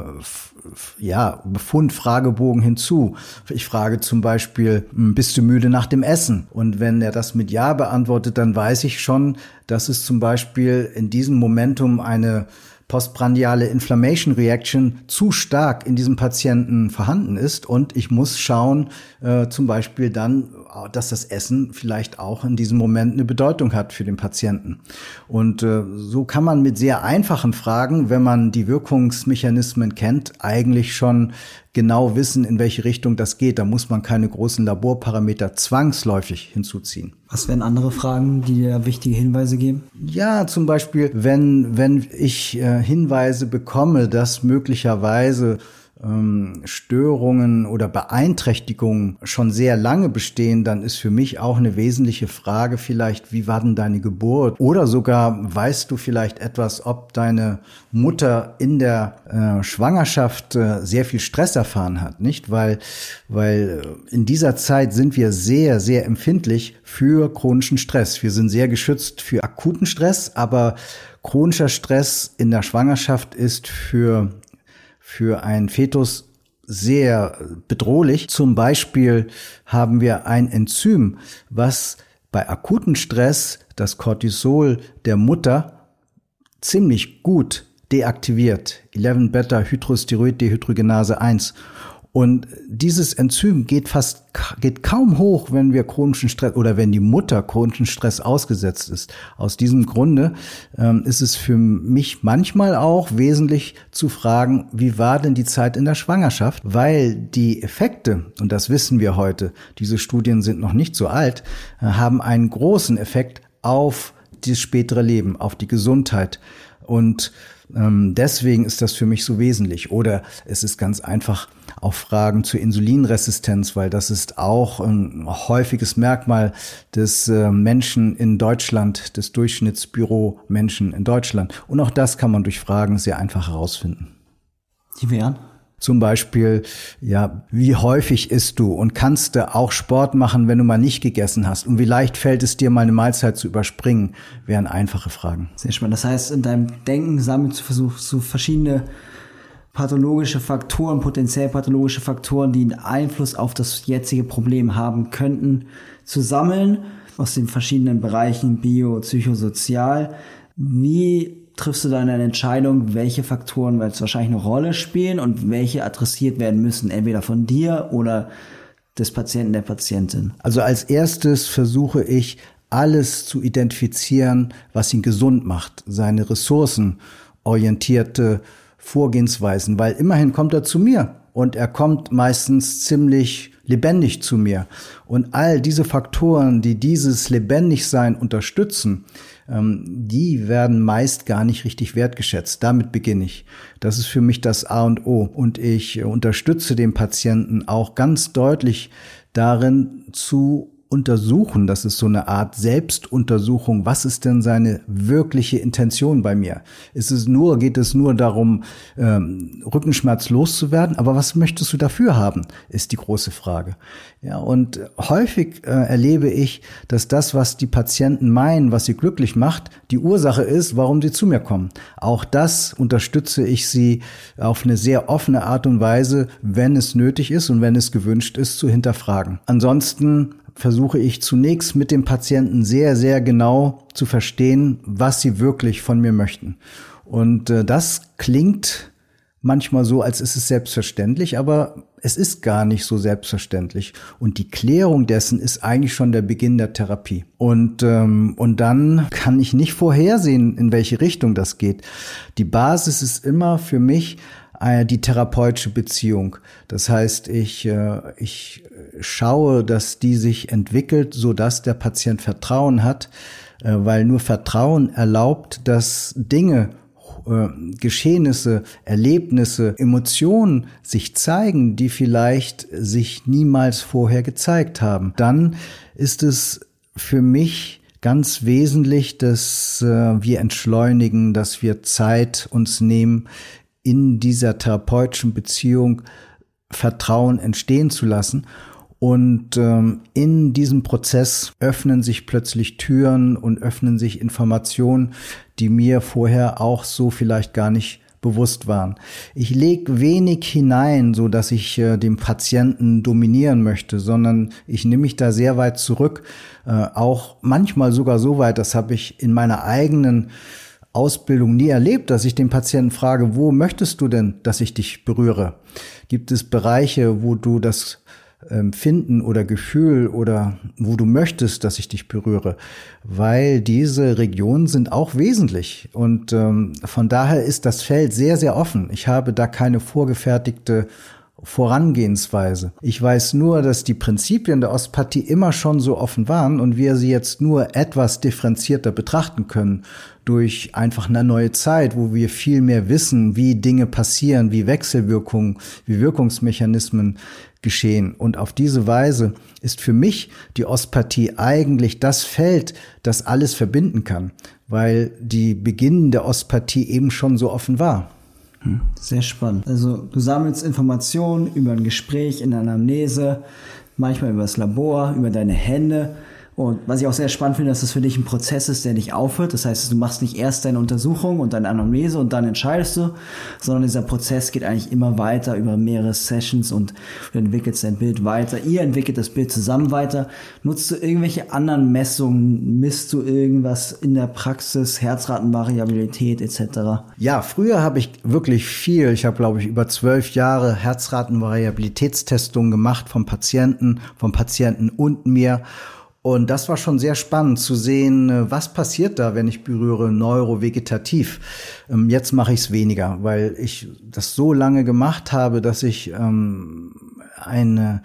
ja, Befund-Fragebogen hinzu. Ich frage zum Beispiel, bist du müde nach dem Essen? Und wenn er das mit Ja beantwortet, dann weiß ich schon, dass es zum Beispiel in diesem Momentum eine postprandiale Inflammation Reaction zu stark in diesem Patienten vorhanden ist, und ich muss schauen, äh, zum Beispiel dann, dass das Essen vielleicht auch in diesem Moment eine Bedeutung hat für den Patienten. Und äh, so kann man mit sehr einfachen Fragen, wenn man die Wirkungsmechanismen kennt, eigentlich schon genau wissen, in welche Richtung das geht. Da muss man keine großen Laborparameter zwangsläufig hinzuziehen. Was wären andere Fragen, die dir wichtige Hinweise geben? Ja, zum Beispiel, wenn, wenn ich äh, Hinweise bekomme, dass möglicherweise ähm, Störungen oder Beeinträchtigungen schon sehr lange bestehen, dann ist für mich auch eine wesentliche Frage vielleicht, wie war denn deine Geburt? Oder sogar, weißt du vielleicht etwas, ob deine Mutter in der äh, Schwangerschaft äh, sehr viel Stress erfahren hat, nicht? Weil, weil in dieser Zeit sind wir sehr, sehr empfindlich für chronischen Stress. Wir sind sehr geschützt für akuten Stress, aber chronischer Stress in der Schwangerschaft ist für für einen Fetus sehr bedrohlich. Zum Beispiel haben wir ein Enzym, was bei akuten Stress das Cortisol der Mutter ziemlich gut deaktiviert. elf Beta-Hydrosteroid-Dehydrogenase eins. Und dieses Enzym geht fast, geht kaum hoch, wenn wir chronischen Stress oder wenn die Mutter chronischen Stress ausgesetzt ist. Aus diesem Grunde ähm, ist es für mich manchmal auch wesentlich zu fragen, wie war denn die Zeit in der Schwangerschaft? Weil die Effekte, und das wissen wir heute, diese Studien sind noch nicht so alt, äh, haben einen großen Effekt auf das spätere Leben, auf die Gesundheit. Und ähm, deswegen ist das für mich so wesentlich. Oder es ist ganz einfach auch Fragen zur Insulinresistenz, weil das ist auch ein häufiges Merkmal des äh, Menschen in Deutschland, des Durchschnittsbüro-Menschen in Deutschland. Und auch das kann man durch Fragen sehr einfach herausfinden. Die wären? Zum Beispiel, ja, wie häufig isst du und kannst du auch Sport machen, wenn du mal nicht gegessen hast? Und wie leicht fällt es dir, mal eine Mahlzeit zu überspringen? Wären einfache Fragen. Sehr spannend. Das heißt, in deinem Denken sammelst du versuchst so verschiedene pathologische Faktoren, potenziell pathologische Faktoren, die einen Einfluss auf das jetzige Problem haben könnten, zu sammeln aus den verschiedenen Bereichen bio, psychosozial. Wie triffst du dann eine Entscheidung, welche Faktoren jetzt wahrscheinlich eine Rolle spielen und welche adressiert werden müssen, entweder von dir oder des Patienten, der Patientin? Also als erstes versuche ich, alles zu identifizieren, was ihn gesund macht, seine ressourcenorientierte Vorgehensweisen, weil immerhin kommt er zu mir und er kommt meistens ziemlich lebendig zu mir. Und all diese Faktoren, die dieses Lebendigsein unterstützen, die werden meist gar nicht richtig wertgeschätzt. Damit beginne ich. Das ist für mich das A und O. Und ich unterstütze den Patienten auch ganz deutlich darin zu untersuchen, das ist so eine Art Selbstuntersuchung, was ist denn seine wirkliche Intention bei mir? Ist es nur, geht es nur darum, ähm, Rückenschmerz loszuwerden, aber was möchtest du dafür haben, ist die große Frage. Ja, und häufig äh, erlebe ich, dass das, was die Patienten meinen, was sie glücklich macht, die Ursache ist, warum sie zu mir kommen. Auch das unterstütze ich sie auf eine sehr offene Art und Weise, wenn es nötig ist und wenn es gewünscht ist, zu hinterfragen. Ansonsten versuche ich zunächst mit dem Patienten sehr, sehr genau zu verstehen, was sie wirklich von mir möchten. Und äh, das klingt manchmal so, als ist es selbstverständlich, aber es ist gar nicht so selbstverständlich. Und die Klärung dessen ist eigentlich schon der Beginn der Therapie. Und, ähm, und dann kann ich nicht vorhersehen, in welche Richtung das geht. Die Basis ist immer für mich die therapeutische Beziehung. Das heißt, ich, ich schaue, dass die sich entwickelt, so dass der Patient Vertrauen hat, weil nur Vertrauen erlaubt, dass Dinge, Geschehnisse, Erlebnisse, Emotionen sich zeigen, die vielleicht sich niemals vorher gezeigt haben. Dann ist es für mich ganz wesentlich, dass wir entschleunigen, dass wir Zeit uns nehmen, in dieser therapeutischen Beziehung Vertrauen entstehen zu lassen. Und ähm, in diesem Prozess öffnen sich plötzlich Türen und öffnen sich Informationen, die mir vorher auch so vielleicht gar nicht bewusst waren. Ich lege wenig hinein, so dass ich äh, den Patienten dominieren möchte, sondern ich nehme mich da sehr weit zurück, äh, auch manchmal sogar so weit, das habe ich in meiner eigenen Ausbildung nie erlebt, dass ich den Patienten frage, wo möchtest du denn, dass ich dich berühre? Gibt es Bereiche, wo du das Empfinden oder Gefühl oder wo du möchtest, dass ich dich berühre? Weil diese Regionen sind auch wesentlich und ähm, von daher ist das Feld sehr, sehr offen. Ich habe da keine vorgefertigte Vorangehensweise. Ich weiß nur, dass die Prinzipien der Osteopathie immer schon so offen waren und wir sie jetzt nur etwas differenzierter betrachten können durch einfach eine neue Zeit, wo wir viel mehr wissen, wie Dinge passieren, wie Wechselwirkungen, wie Wirkungsmechanismen geschehen. Und auf diese Weise ist für mich die Osteopathie eigentlich das Feld, das alles verbinden kann, weil die Beginn der Osteopathie eben schon so offen war. Sehr spannend. Also du sammelst Informationen über ein Gespräch in der Anamnese, manchmal über das Labor, über deine Hände Und was ich auch sehr spannend finde, dass das für dich ein Prozess ist, der nicht aufhört. Das heißt, du machst nicht erst deine Untersuchung und deine Anamnese und dann entscheidest du, sondern dieser Prozess geht eigentlich immer weiter über mehrere Sessions und du entwickelst dein Bild weiter. Ihr entwickelt das Bild zusammen weiter. Nutzt du irgendwelche anderen Messungen? Misst du irgendwas in der Praxis, Herzratenvariabilität et cetera? Ja, früher habe ich wirklich viel. Ich habe, glaube ich, über zwölf Jahre Herzratenvariabilitätstestungen gemacht vom Patienten, vom Patienten und mir. Und das war schon sehr spannend zu sehen, was passiert da, wenn ich berühre neurovegetativ. Jetzt mache ich es weniger, weil ich das so lange gemacht habe, dass ich ähm, eine,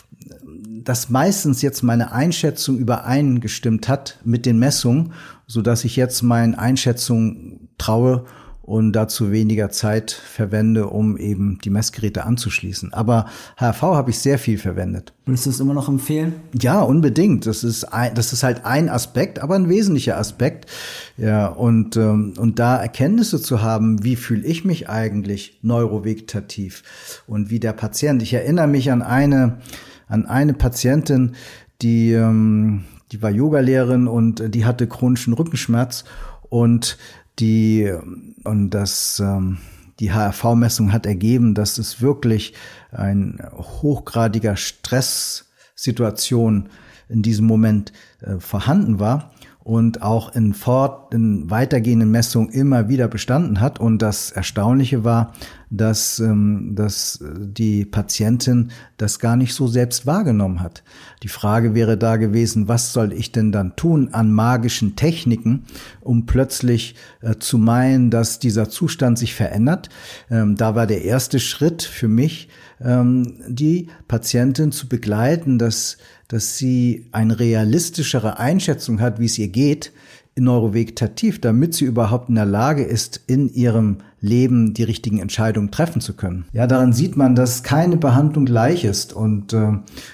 dass meistens jetzt meine Einschätzung übereingestimmt hat mit den Messungen, so dass ich jetzt meinen Einschätzungen traue und dazu weniger Zeit verwende, um eben die Messgeräte anzuschließen. Aber H R V habe ich sehr viel verwendet. Würdest du es immer noch empfehlen? Ja, unbedingt. Das ist ein, das ist halt ein Aspekt, aber ein wesentlicher Aspekt. Ja, und ähm, und da Erkenntnisse zu haben, wie fühle ich mich eigentlich neurovegetativ und wie der Patient. Ich erinnere mich an eine an eine Patientin, die ähm, die war Yogalehrerin und die hatte chronischen Rückenschmerz und Die, und das, ähm, die H R V-Messung hat ergeben, dass es wirklich ein hochgradiger Stresssituation in diesem Moment äh, vorhanden war und auch in fort, in weitergehenden Messungen immer wieder bestanden hat. Und das Erstaunliche war, dass, ähm, dass die Patientin das gar nicht so selbst wahrgenommen hat. Die Frage wäre da gewesen, was soll ich denn dann tun an magischen Techniken, um plötzlich äh, zu meinen, dass dieser Zustand sich verändert. Ähm, da war der erste Schritt für mich, ähm, die Patientin zu begleiten, dass, dass sie eine realistischere Einschätzung hat, wie es ihr geht, neurovegetativ, damit sie überhaupt in der Lage ist, in ihrem Leben die richtigen Entscheidungen treffen zu können. Ja, daran sieht man, dass keine Behandlung gleich ist und äh,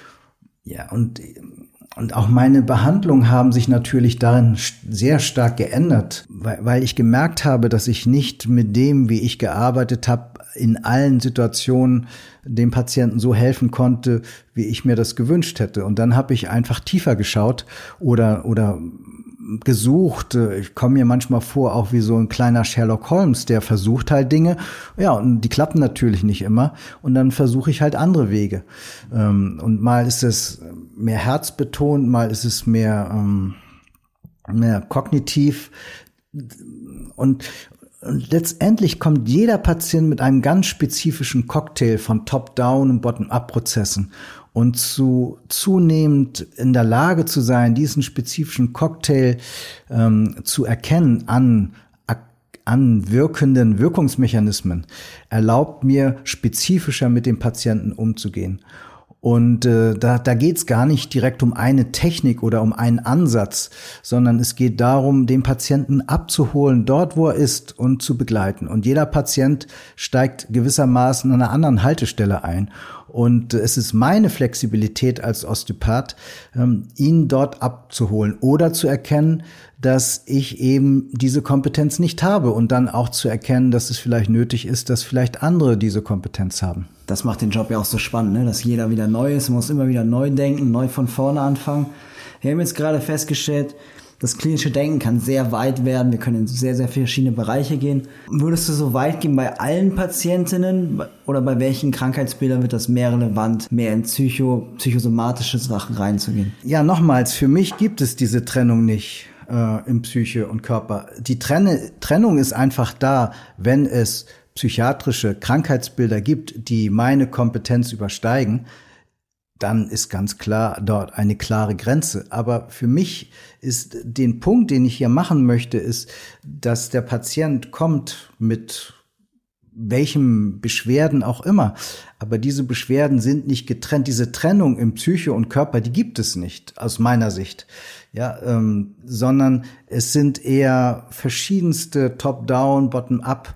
ja und und auch meine Behandlungen haben sich natürlich darin sehr stark geändert, weil, weil ich gemerkt habe, dass ich nicht mit dem, wie ich gearbeitet habe, in allen Situationen dem Patienten so helfen konnte, wie ich mir das gewünscht hätte. Und dann habe ich einfach tiefer geschaut oder oder gesucht. Ich komme mir manchmal vor, auch wie so ein kleiner Sherlock Holmes, der versucht halt Dinge, ja, und die klappen natürlich nicht immer. Und dann versuche ich halt andere Wege. Und mal ist es mehr herzbetont, mal ist es mehr, mehr kognitiv. Und Und letztendlich kommt jeder Patient mit einem ganz spezifischen Cocktail von Top-Down- und Bottom-up-Prozessen. Und zu zunehmend in der Lage zu sein, diesen spezifischen Cocktail ähm, zu erkennen an an wirkenden Wirkungsmechanismen, erlaubt mir, spezifischer mit dem Patienten umzugehen. Und äh, da, da geht's gar nicht direkt um eine Technik oder um einen Ansatz, sondern es geht darum, den Patienten abzuholen, dort wo er ist und zu begleiten. Und jeder Patient steigt gewissermaßen an einer anderen Haltestelle ein. Und es ist meine Flexibilität als Osteopath, ähm, ihn dort abzuholen oder zu erkennen, dass ich eben diese Kompetenz nicht habe und dann auch zu erkennen, dass es vielleicht nötig ist, dass vielleicht andere diese Kompetenz haben. Das macht den Job ja auch so spannend, ne? Dass jeder wieder neu ist, man muss immer wieder neu denken, neu von vorne anfangen. Wir haben jetzt gerade festgestellt, das klinische Denken kann sehr weit werden. Wir können in sehr, sehr verschiedene Bereiche gehen. Würdest du so weit gehen bei allen Patientinnen oder bei welchen Krankheitsbildern wird das mehr relevant, mehr in psycho, psychosomatische Sachen reinzugehen? Ja, nochmals, für mich gibt es diese Trennung nicht äh, im Psyche und Körper. Die Trenne, Trennung ist einfach da, wenn es psychiatrische Krankheitsbilder gibt, die meine Kompetenz übersteigen, dann ist ganz klar dort eine klare Grenze. Aber für mich ist den Punkt, den ich hier machen möchte, ist, dass der Patient kommt mit welchem Beschwerden auch immer. Aber diese Beschwerden sind nicht getrennt. Diese Trennung im Psyche und Körper, die gibt es nicht, aus meiner Sicht. Ja, ähm, sondern es sind eher verschiedenste Top-Down, Bottom-Up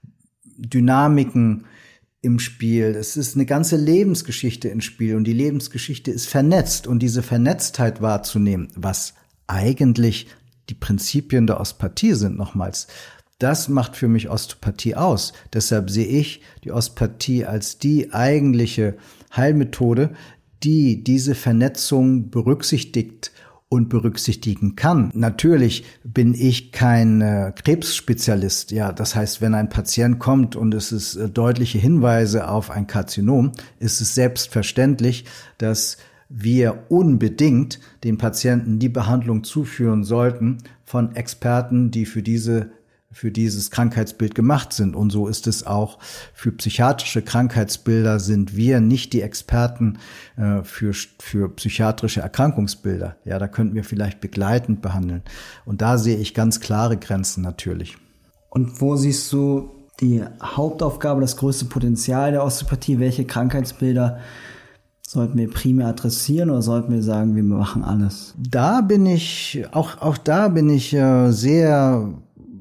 Dynamiken im Spiel. Es ist eine ganze Lebensgeschichte im Spiel und die Lebensgeschichte ist vernetzt und diese Vernetztheit wahrzunehmen, was eigentlich die Prinzipien der Osteopathie sind, nochmals. Das macht für mich Osteopathie aus. Deshalb sehe ich die Osteopathie als die eigentliche Heilmethode, die diese Vernetzung berücksichtigt und berücksichtigen kann. Natürlich bin ich kein äh, Krebsspezialist. Ja, das heißt, wenn ein Patient kommt und es ist äh, deutliche Hinweise auf ein Karzinom, ist es selbstverständlich, dass wir unbedingt den Patienten die Behandlung zuführen sollten von Experten, die für diese für dieses Krankheitsbild gemacht sind. Und so ist es auch für psychiatrische Krankheitsbilder, sind wir nicht die Experten äh, für, für psychiatrische Erkrankungsbilder. Ja, da könnten wir vielleicht begleitend behandeln. Und da sehe ich ganz klare Grenzen natürlich. Und wo siehst du die Hauptaufgabe, das größte Potenzial der Osteopathie? Welche Krankheitsbilder sollten wir primär adressieren oder sollten wir sagen, wir machen alles? Da bin ich, auch, auch da bin ich äh, sehr...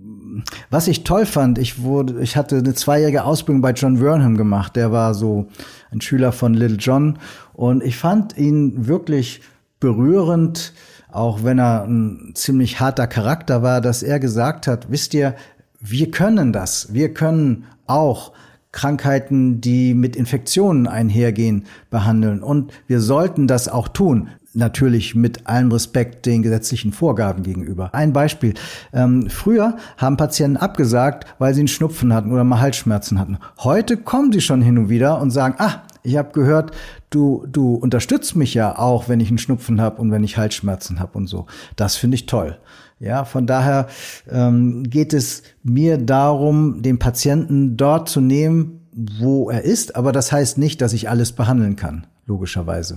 Was ich toll fand, ich wurde, ich hatte eine zweijährige Ausbildung bei John Wernham gemacht. Der war so ein Schüler von Little John und ich fand ihn wirklich berührend, auch wenn er ein ziemlich harter Charakter war, dass er gesagt hat, wisst ihr, wir können das, wir können auch Krankheiten, die mit Infektionen einhergehen, behandeln und wir sollten das auch tun. Natürlich mit allem Respekt den gesetzlichen Vorgaben gegenüber. Ein Beispiel. Ähm, früher haben Patienten abgesagt, weil sie einen Schnupfen hatten oder mal Halsschmerzen hatten. Heute kommen sie schon hin und wieder und sagen, ah, ich habe gehört, du du unterstützt mich ja auch, wenn ich einen Schnupfen habe und wenn ich Halsschmerzen habe und so. Das finde ich toll. Ja, von daher ähm, geht es mir darum, den Patienten dort zu nehmen, wo er ist. Aber das heißt nicht, dass ich alles behandeln kann, logischerweise.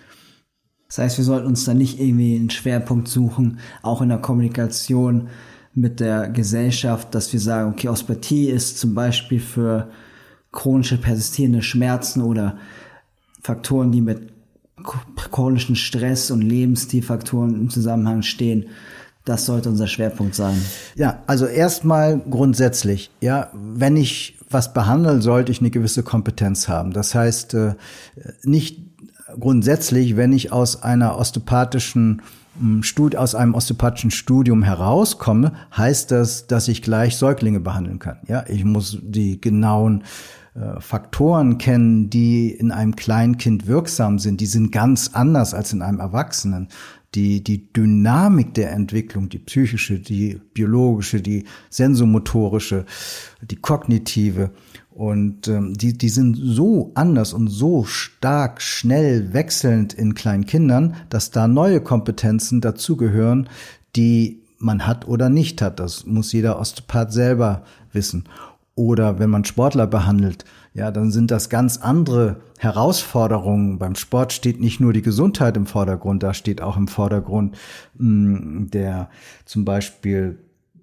Das heißt, wir sollten uns da nicht irgendwie einen Schwerpunkt suchen, auch in der Kommunikation mit der Gesellschaft, dass wir sagen, okay, Osteopathie ist zum Beispiel für chronische persistierende Schmerzen oder Faktoren, die mit chronischen Stress und Lebensstilfaktoren im Zusammenhang stehen. Das sollte unser Schwerpunkt sein. Ja, also erstmal grundsätzlich, ja, wenn ich was behandeln, sollte ich eine gewisse Kompetenz haben. Das heißt, äh, nicht grundsätzlich, wenn ich aus einer osteopathischen Stud- aus einem osteopathischen Studium herauskomme, heißt das, dass ich gleich Säuglinge behandeln kann. Ja, ich muss die genauen äh, Faktoren kennen, die in einem Kleinkind wirksam sind. Die sind ganz anders als in einem Erwachsenen. Die, die Dynamik der Entwicklung, die psychische, die biologische, die sensomotorische, die kognitive, und ähm, die, die sind so anders und so stark, schnell wechselnd in kleinen Kindern, dass da neue Kompetenzen dazugehören, die man hat oder nicht hat. Das muss jeder Osteopath selber wissen. Oder wenn man Sportler behandelt, ja, dann sind das ganz andere Herausforderungen. Beim Sport steht nicht nur die Gesundheit im Vordergrund, da steht auch im Vordergrund mh, der zum Beispiel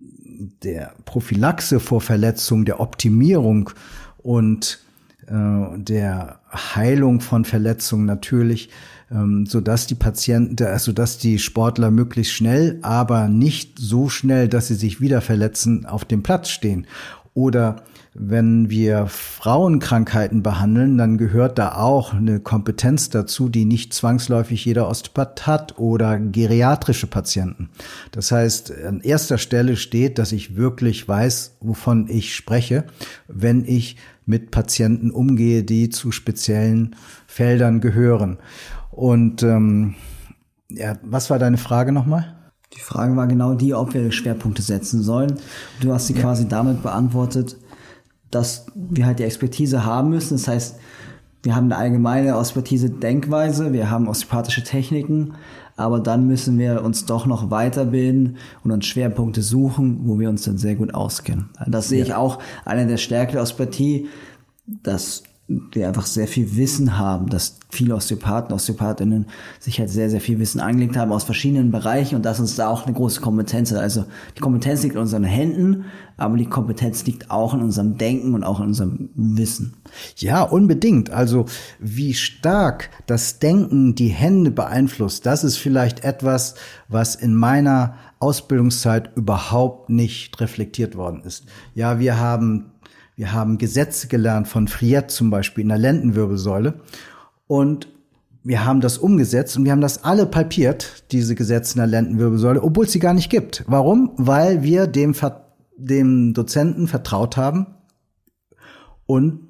der Prophylaxe vor Verletzung, der Optimierung und äh, der Heilung von Verletzungen natürlich, ähm, so dass die Patienten, also dass die Sportler möglichst schnell, aber nicht so schnell, dass sie sich wieder verletzen, auf dem Platz stehen. Oder wenn wir Frauenkrankheiten behandeln, dann gehört da auch eine Kompetenz dazu, die nicht zwangsläufig jeder Osteopath hat, oder geriatrische Patienten. Das heißt, an erster Stelle steht, dass ich wirklich weiß, wovon ich spreche, wenn ich mit Patienten umgehe, die zu speziellen Feldern gehören. Und ähm, ja, was war deine Frage nochmal? Die Frage war genau die, ob wir Schwerpunkte setzen sollen. Du hast sie ja quasi damit beantwortet, dass wir halt die Expertise haben müssen. Das heißt, wir haben eine allgemeine Osteopathie-Denkweise, wir haben osteopathische Techniken, aber dann müssen wir uns doch noch weiterbilden und uns Schwerpunkte suchen, wo wir uns dann sehr gut auskennen. Das sehe ja. ich auch einer der Stärken der Osteopathie, dass wir einfach sehr viel Wissen haben, dass viele Osteopathen, Osteopathinnen sich halt sehr, sehr viel Wissen angelegt haben aus verschiedenen Bereichen und dass uns da auch eine große Kompetenz hat. Also die Kompetenz liegt in unseren Händen, aber die Kompetenz liegt auch in unserem Denken und auch in unserem Wissen. Ja, unbedingt. Also wie stark das Denken die Hände beeinflusst, das ist vielleicht etwas, was in meiner Ausbildungszeit überhaupt nicht reflektiert worden ist. Ja, wir haben Wir haben Gesetze gelernt von Friet zum Beispiel in der Lendenwirbelsäule und wir haben das umgesetzt und wir haben das alle palpiert, diese Gesetze in der Lendenwirbelsäule, obwohl es sie gar nicht gibt. Warum? Weil wir dem, dem Dozenten vertraut haben und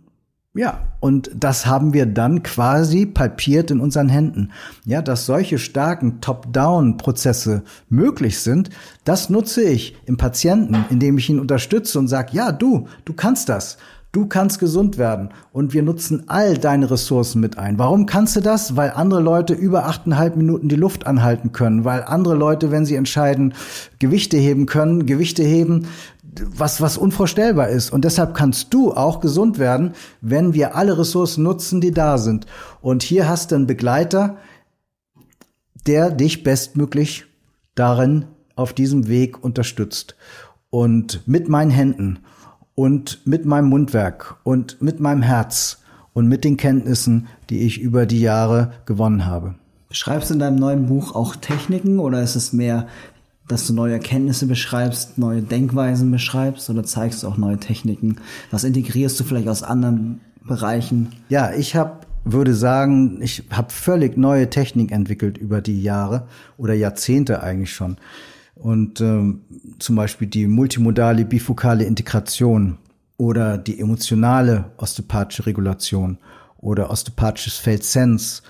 Ja, und das haben wir dann quasi palpiert in unseren Händen. Ja, dass solche starken Top-Down-Prozesse möglich sind, das nutze ich im Patienten, indem ich ihn unterstütze und sage, ja, du, du kannst das. Du kannst gesund werden und wir nutzen all deine Ressourcen mit ein. Warum kannst du das? Weil andere Leute über achteinhalb Minuten die Luft anhalten können, weil andere Leute, wenn sie entscheiden, Gewichte heben können, Gewichte heben, was was unvorstellbar ist. Und deshalb kannst du auch gesund werden, wenn wir alle Ressourcen nutzen, die da sind. Und hier hast du einen Begleiter, der dich bestmöglich darin auf diesem Weg unterstützt. Und mit meinen Händen und mit meinem Mundwerk und mit meinem Herz und mit den Kenntnissen, die ich über die Jahre gewonnen habe. Schreibst du in deinem neuen Buch auch Techniken oder ist es mehr, dass du neue Erkenntnisse beschreibst, neue Denkweisen beschreibst oder zeigst du auch neue Techniken? Was integrierst du vielleicht aus anderen Bereichen? Ja, ich habe, würde sagen, ich habe völlig neue Technik entwickelt über die Jahre oder Jahrzehnte eigentlich schon. Und ähm, zum Beispiel die multimodale bifokale Integration oder die emotionale osteopathische Regulation oder osteopathisches Feld-Sense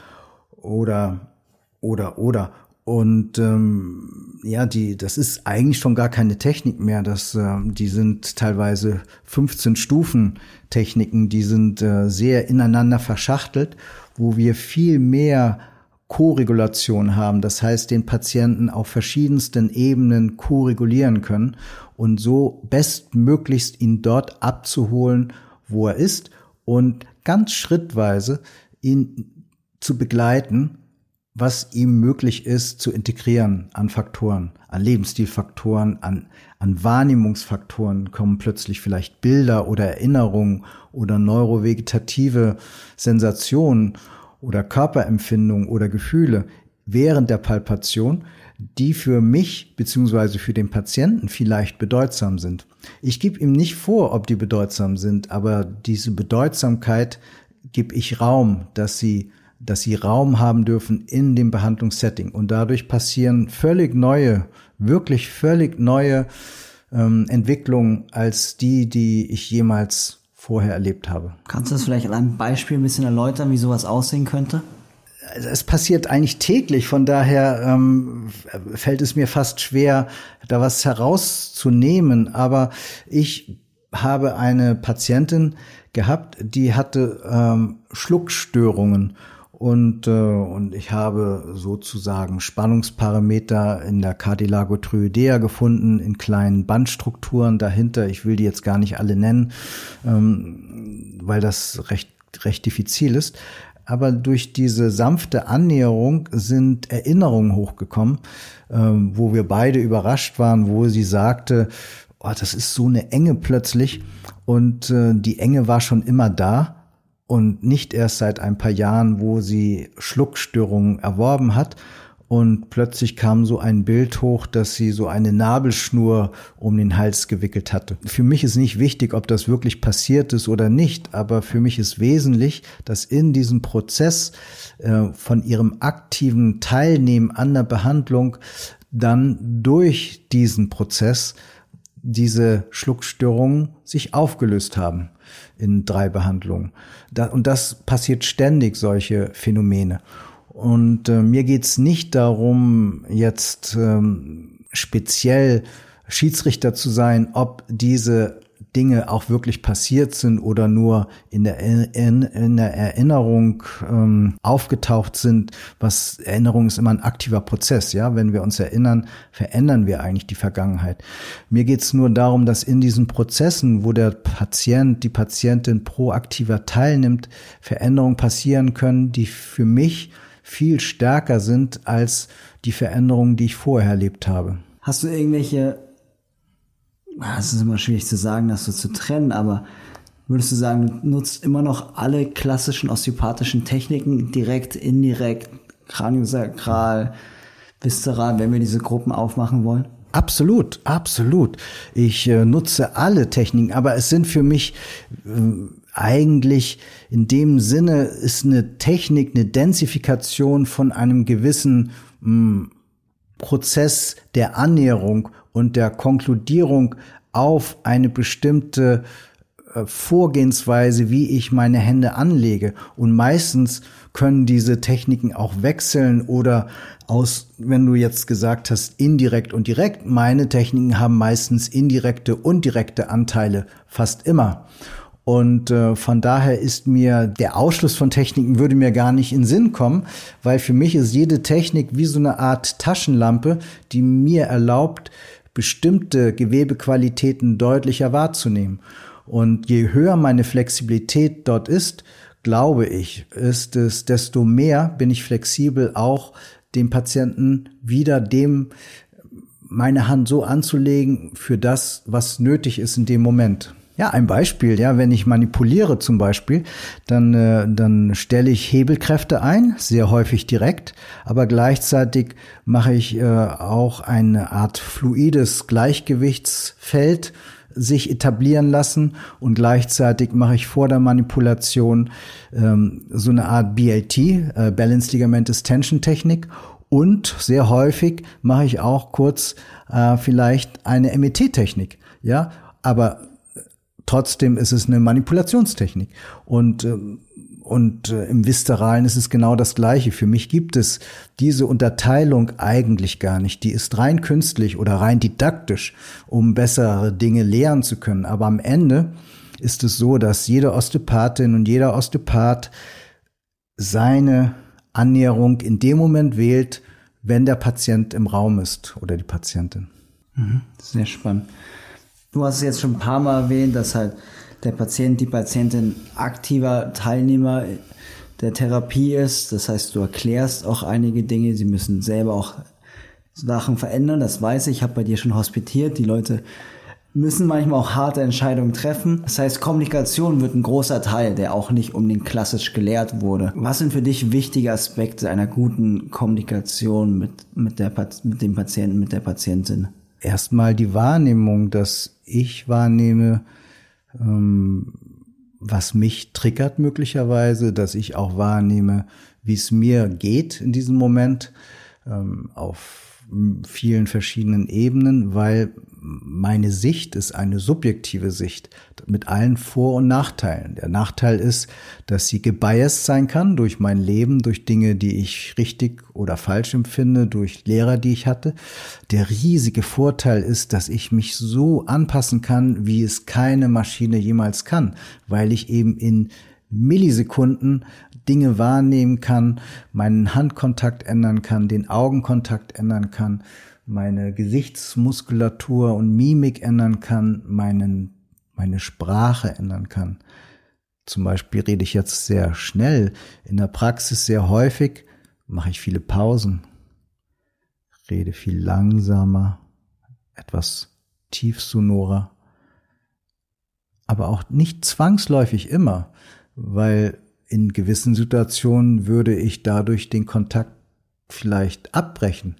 oder oder oder und ähm, ja, die das ist eigentlich schon gar keine Technik mehr. Das ähm, die sind teilweise fünfzehn Stufen Techniken, die sind äh, sehr ineinander verschachtelt, wo wir viel mehr Co-Regulation haben, das heißt, den Patienten auf verschiedensten Ebenen co-regulieren können und so bestmöglichst ihn dort abzuholen, wo er ist und ganz schrittweise ihn zu begleiten, was ihm möglich ist zu integrieren an Faktoren, an Lebensstilfaktoren, an, an Wahrnehmungsfaktoren kommen plötzlich vielleicht Bilder oder Erinnerungen oder neurovegetative Sensationen oder Körperempfindungen oder Gefühle während der Palpation, die für mich beziehungsweise für den Patienten vielleicht bedeutsam sind. Ich gebe ihm nicht vor, ob die bedeutsam sind, aber diese Bedeutsamkeit gebe ich Raum, dass sie, dass sie Raum haben dürfen in dem Behandlungssetting. Und dadurch passieren völlig neue, wirklich völlig neue ähm, Entwicklungen als die, die ich jemals vorher erlebt habe. Kannst du das vielleicht an einem Beispiel ein bisschen erläutern, wie sowas aussehen könnte? Es passiert eigentlich täglich, von daher ähm, fällt es mir fast schwer, da was herauszunehmen. Aber ich habe eine Patientin gehabt, die hatte ähm, Schluckstörungen. Und, äh, und ich habe sozusagen Spannungsparameter in der Cartilago-Tryoidea gefunden, in kleinen Bandstrukturen dahinter. Ich will die jetzt gar nicht alle nennen, ähm, weil das recht, recht diffizil ist. Aber durch diese sanfte Annäherung sind Erinnerungen hochgekommen, ähm, wo wir beide überrascht waren, wo sie sagte, oh, das ist so eine Enge plötzlich. Und äh, die Enge war schon immer da. Und nicht erst seit ein paar Jahren, wo sie Schluckstörungen erworben hat. Und plötzlich kam so ein Bild hoch, dass sie so eine Nabelschnur um den Hals gewickelt hatte. Für mich ist nicht wichtig, ob das wirklich passiert ist oder nicht. Aber für mich ist wesentlich, dass in diesem Prozess äh, von ihrem aktiven Teilnehmen an der Behandlung dann durch diesen Prozess diese Schluckstörungen sich aufgelöst haben in drei Behandlungen. Da, und das passiert ständig, solche Phänomene. Und äh, mir geht's nicht darum, jetzt ähm, speziell Schiedsrichter zu sein, ob diese Dinge auch wirklich passiert sind oder nur in der, in, in der Erinnerung ähm, aufgetaucht sind. Was Erinnerung ist immer ein aktiver Prozess, ja. Wenn wir uns erinnern, verändern wir eigentlich die Vergangenheit. Mir geht's nur darum, dass in diesen Prozessen, wo der Patient, die Patientin proaktiver teilnimmt, Veränderungen passieren können, die für mich viel stärker sind als die Veränderungen, die ich vorher erlebt habe. Hast du irgendwelche, es ist immer schwierig zu sagen, das so zu trennen, aber würdest du sagen, du nutzt immer noch alle klassischen osteopathischen Techniken, direkt, indirekt, kraniosakral, viszeral, wenn wir diese Gruppen aufmachen wollen? Absolut, absolut. Ich äh, nutze alle Techniken, aber es sind für mich äh, eigentlich in dem Sinne ist eine Technik, eine Densifikation von einem gewissen mh, Prozess der Annäherung und der Konkludierung auf eine bestimmte Vorgehensweise, wie ich meine Hände anlege. Und meistens können diese Techniken auch wechseln oder aus, wenn du jetzt gesagt hast, indirekt und direkt. Meine Techniken haben meistens indirekte und direkte Anteile, fast immer. Und äh, von daher ist mir der Ausschluss von Techniken würde mir gar nicht in den Sinn kommen, weil für mich ist jede Technik wie so eine Art Taschenlampe, die mir erlaubt, bestimmte Gewebequalitäten deutlicher wahrzunehmen. Und je höher meine Flexibilität dort ist, glaube ich, ist es, desto mehr bin ich flexibel, auch dem Patienten wieder dem meine Hand so anzulegen für das, was nötig ist in dem Moment. Ja, ein Beispiel, ja, wenn ich manipuliere zum Beispiel, dann, äh, dann stelle ich Hebelkräfte ein, sehr häufig direkt, aber gleichzeitig mache ich äh, auch eine Art fluides Gleichgewichtsfeld sich etablieren lassen und gleichzeitig mache ich vor der Manipulation ähm, so eine Art B L T, äh, Balanced Ligamentous Tension Technik, und sehr häufig mache ich auch kurz äh, vielleicht eine M E T-Technik, ja, aber trotzdem ist es eine Manipulationstechnik. Und, und im Viszeralen ist es genau das Gleiche. Für mich gibt es diese Unterteilung eigentlich gar nicht. Die ist rein künstlich oder rein didaktisch, um bessere Dinge lehren zu können. Aber am Ende ist es so, dass jede Osteopathin und jeder Osteopath seine Annäherung in dem Moment wählt, wenn der Patient im Raum ist oder die Patientin. Mhm, sehr spannend. Du hast es jetzt schon ein paar Mal erwähnt, dass halt der Patient, die Patientin aktiver Teilnehmer der Therapie ist. Das heißt, du erklärst auch einige Dinge. Sie müssen selber auch Sachen verändern. Das weiß ich. Ich habe bei dir schon hospitiert. Die Leute müssen manchmal auch harte Entscheidungen treffen. Das heißt, Kommunikation wird ein großer Teil, der auch nicht unbedingt klassisch gelehrt wurde. Was sind für dich wichtige Aspekte einer guten Kommunikation mit, mit, der, mit dem Patienten, mit der Patientin? Erstmal die Wahrnehmung, dass ich wahrnehme, ähm, was mich triggert möglicherweise, dass ich auch wahrnehme, wie es mir geht in diesem Moment, ähm, auf vielen verschiedenen Ebenen, weil meine Sicht ist eine subjektive Sicht mit allen Vor- und Nachteilen. Der Nachteil ist, dass sie gebiased sein kann durch mein Leben, durch Dinge, die ich richtig oder falsch empfinde, durch Lehrer, die ich hatte. Der riesige Vorteil ist, dass ich mich so anpassen kann, wie es keine Maschine jemals kann, weil ich eben in Millisekunden Dinge wahrnehmen kann, meinen Handkontakt ändern kann, den Augenkontakt ändern kann, meine Gesichtsmuskulatur und Mimik ändern kann, meinen, meine Sprache ändern kann. Zum Beispiel rede ich jetzt sehr schnell. In der Praxis sehr häufig mache ich viele Pausen, rede viel langsamer, etwas tiefsonorer, aber auch nicht zwangsläufig immer, weil in gewissen Situationen würde ich dadurch den Kontakt vielleicht abbrechen.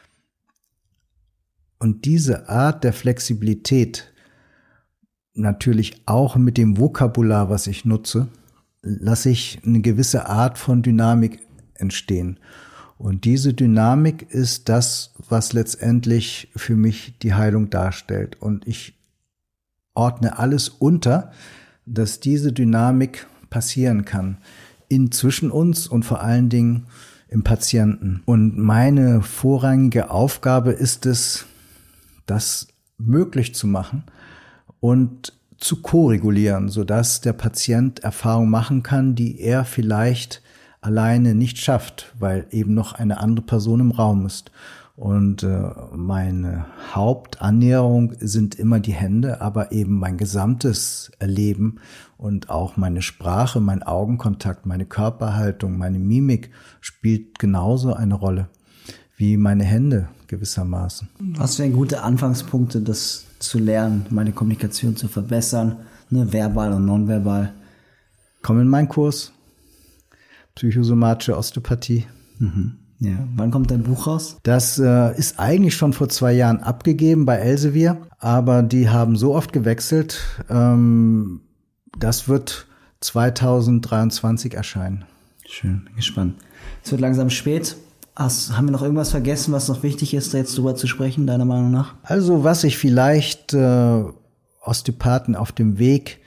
Und diese Art der Flexibilität, natürlich auch mit dem Vokabular, was ich nutze, lasse ich eine gewisse Art von Dynamik entstehen. Und diese Dynamik ist das, was letztendlich für mich die Heilung darstellt. Und ich ordne alles unter, dass diese Dynamik passieren kann, in zwischen uns und vor allen Dingen im Patienten. Und meine vorrangige Aufgabe ist es, das möglich zu machen und zu koregulieren, sodass der Patient Erfahrungen machen kann, die er vielleicht alleine nicht schafft, weil eben noch eine andere Person im Raum ist. Und äh, meine Hauptannäherung sind immer die Hände, aber eben mein gesamtes Erleben und auch meine Sprache, mein Augenkontakt, meine Körperhaltung, meine Mimik spielt genauso eine Rolle wie meine Hände gewissermaßen. Was wären gute Anfangspunkte, das zu lernen, meine Kommunikation zu verbessern, ne, verbal und nonverbal? Komm in meinen Kurs, Psychosomatische Osteopathie. Mhm. Ja, wann kommt dein Buch raus? Das äh, ist eigentlich schon vor zwei Jahren abgegeben bei Elsevier, aber die haben so oft gewechselt, ähm, das wird zweitausenddreiundzwanzig erscheinen. Schön, bin gespannt. Es wird langsam spät. Hast, haben wir noch irgendwas vergessen, was noch wichtig ist, da jetzt drüber zu sprechen, deiner Meinung nach? Also was ich vielleicht äh, Osteopathen auf dem Weg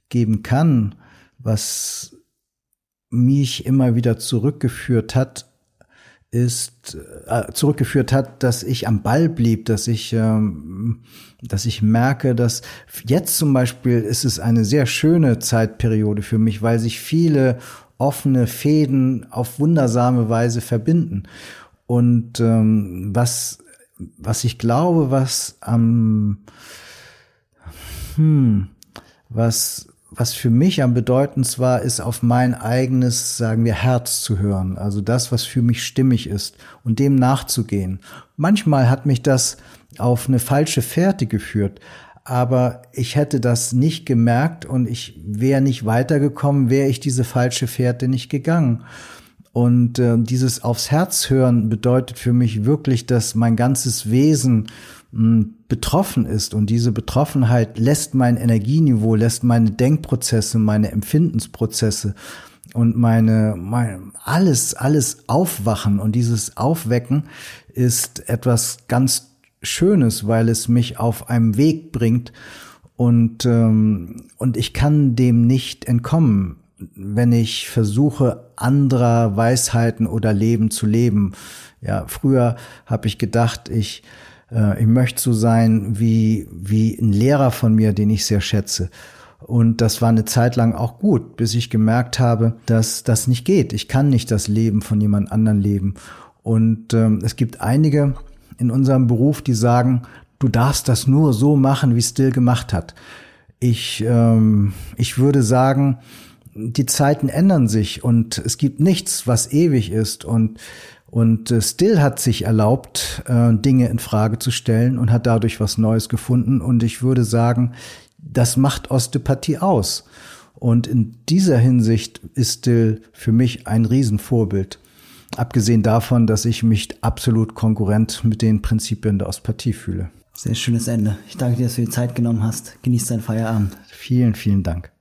geben kann, was mich immer wieder zurückgeführt hat, ist äh, zurückgeführt hat, dass ich am Ball blieb, dass ich, ähm, dass ich merke, dass jetzt zum Beispiel ist es eine sehr schöne Zeitperiode für mich, weil sich viele offene Fäden auf wundersame Weise verbinden. Und ähm, was, was ich glaube, was am, hm, was Was für mich am bedeutendsten war, ist auf mein eigenes, sagen wir, Herz zu hören. Also das, was für mich stimmig ist und dem nachzugehen. Manchmal hat mich das auf eine falsche Fährte geführt, aber ich hätte das nicht gemerkt und ich wäre nicht weitergekommen, wäre ich diese falsche Fährte nicht gegangen. Und äh, dieses aufs Herz hören bedeutet für mich wirklich, dass mein ganzes Wesen mh, betroffen ist. Und diese Betroffenheit lässt mein Energieniveau, lässt meine Denkprozesse, meine Empfindensprozesse und meine, mein, alles, alles aufwachen. Und dieses Aufwecken ist etwas ganz Schönes, weil es mich auf einem Weg bringt. Und, ähm, und ich kann dem nicht entkommen, wenn ich versuche, anderer Weisheiten oder Leben zu leben. Ja, früher habe ich gedacht, ich, äh, ich möchte so sein wie, wie ein Lehrer von mir, den ich sehr schätze. Und das war eine Zeit lang auch gut, bis ich gemerkt habe, dass das nicht geht. Ich kann nicht das Leben von jemand anderem leben. Und ähm, es gibt einige in unserem Beruf, die sagen, du darfst das nur so machen, wie Still gemacht hat. Ich, ähm, ich würde sagen, die Zeiten ändern sich und es gibt nichts, was ewig ist. Und, und Still hat sich erlaubt, äh, Dinge in Frage zu stellen und hat dadurch was Neues gefunden. Und ich würde sagen, das macht Osteopathie aus. Und in dieser Hinsicht ist Still für mich ein Riesenvorbild. Abgesehen davon, dass ich mich absolut konkurrent mit den Prinzipien der Osteopathie fühle. Sehr schönes Ende. Ich danke dir, dass du dir Zeit genommen hast. Genieß deinen Feierabend. Vielen, vielen Dank.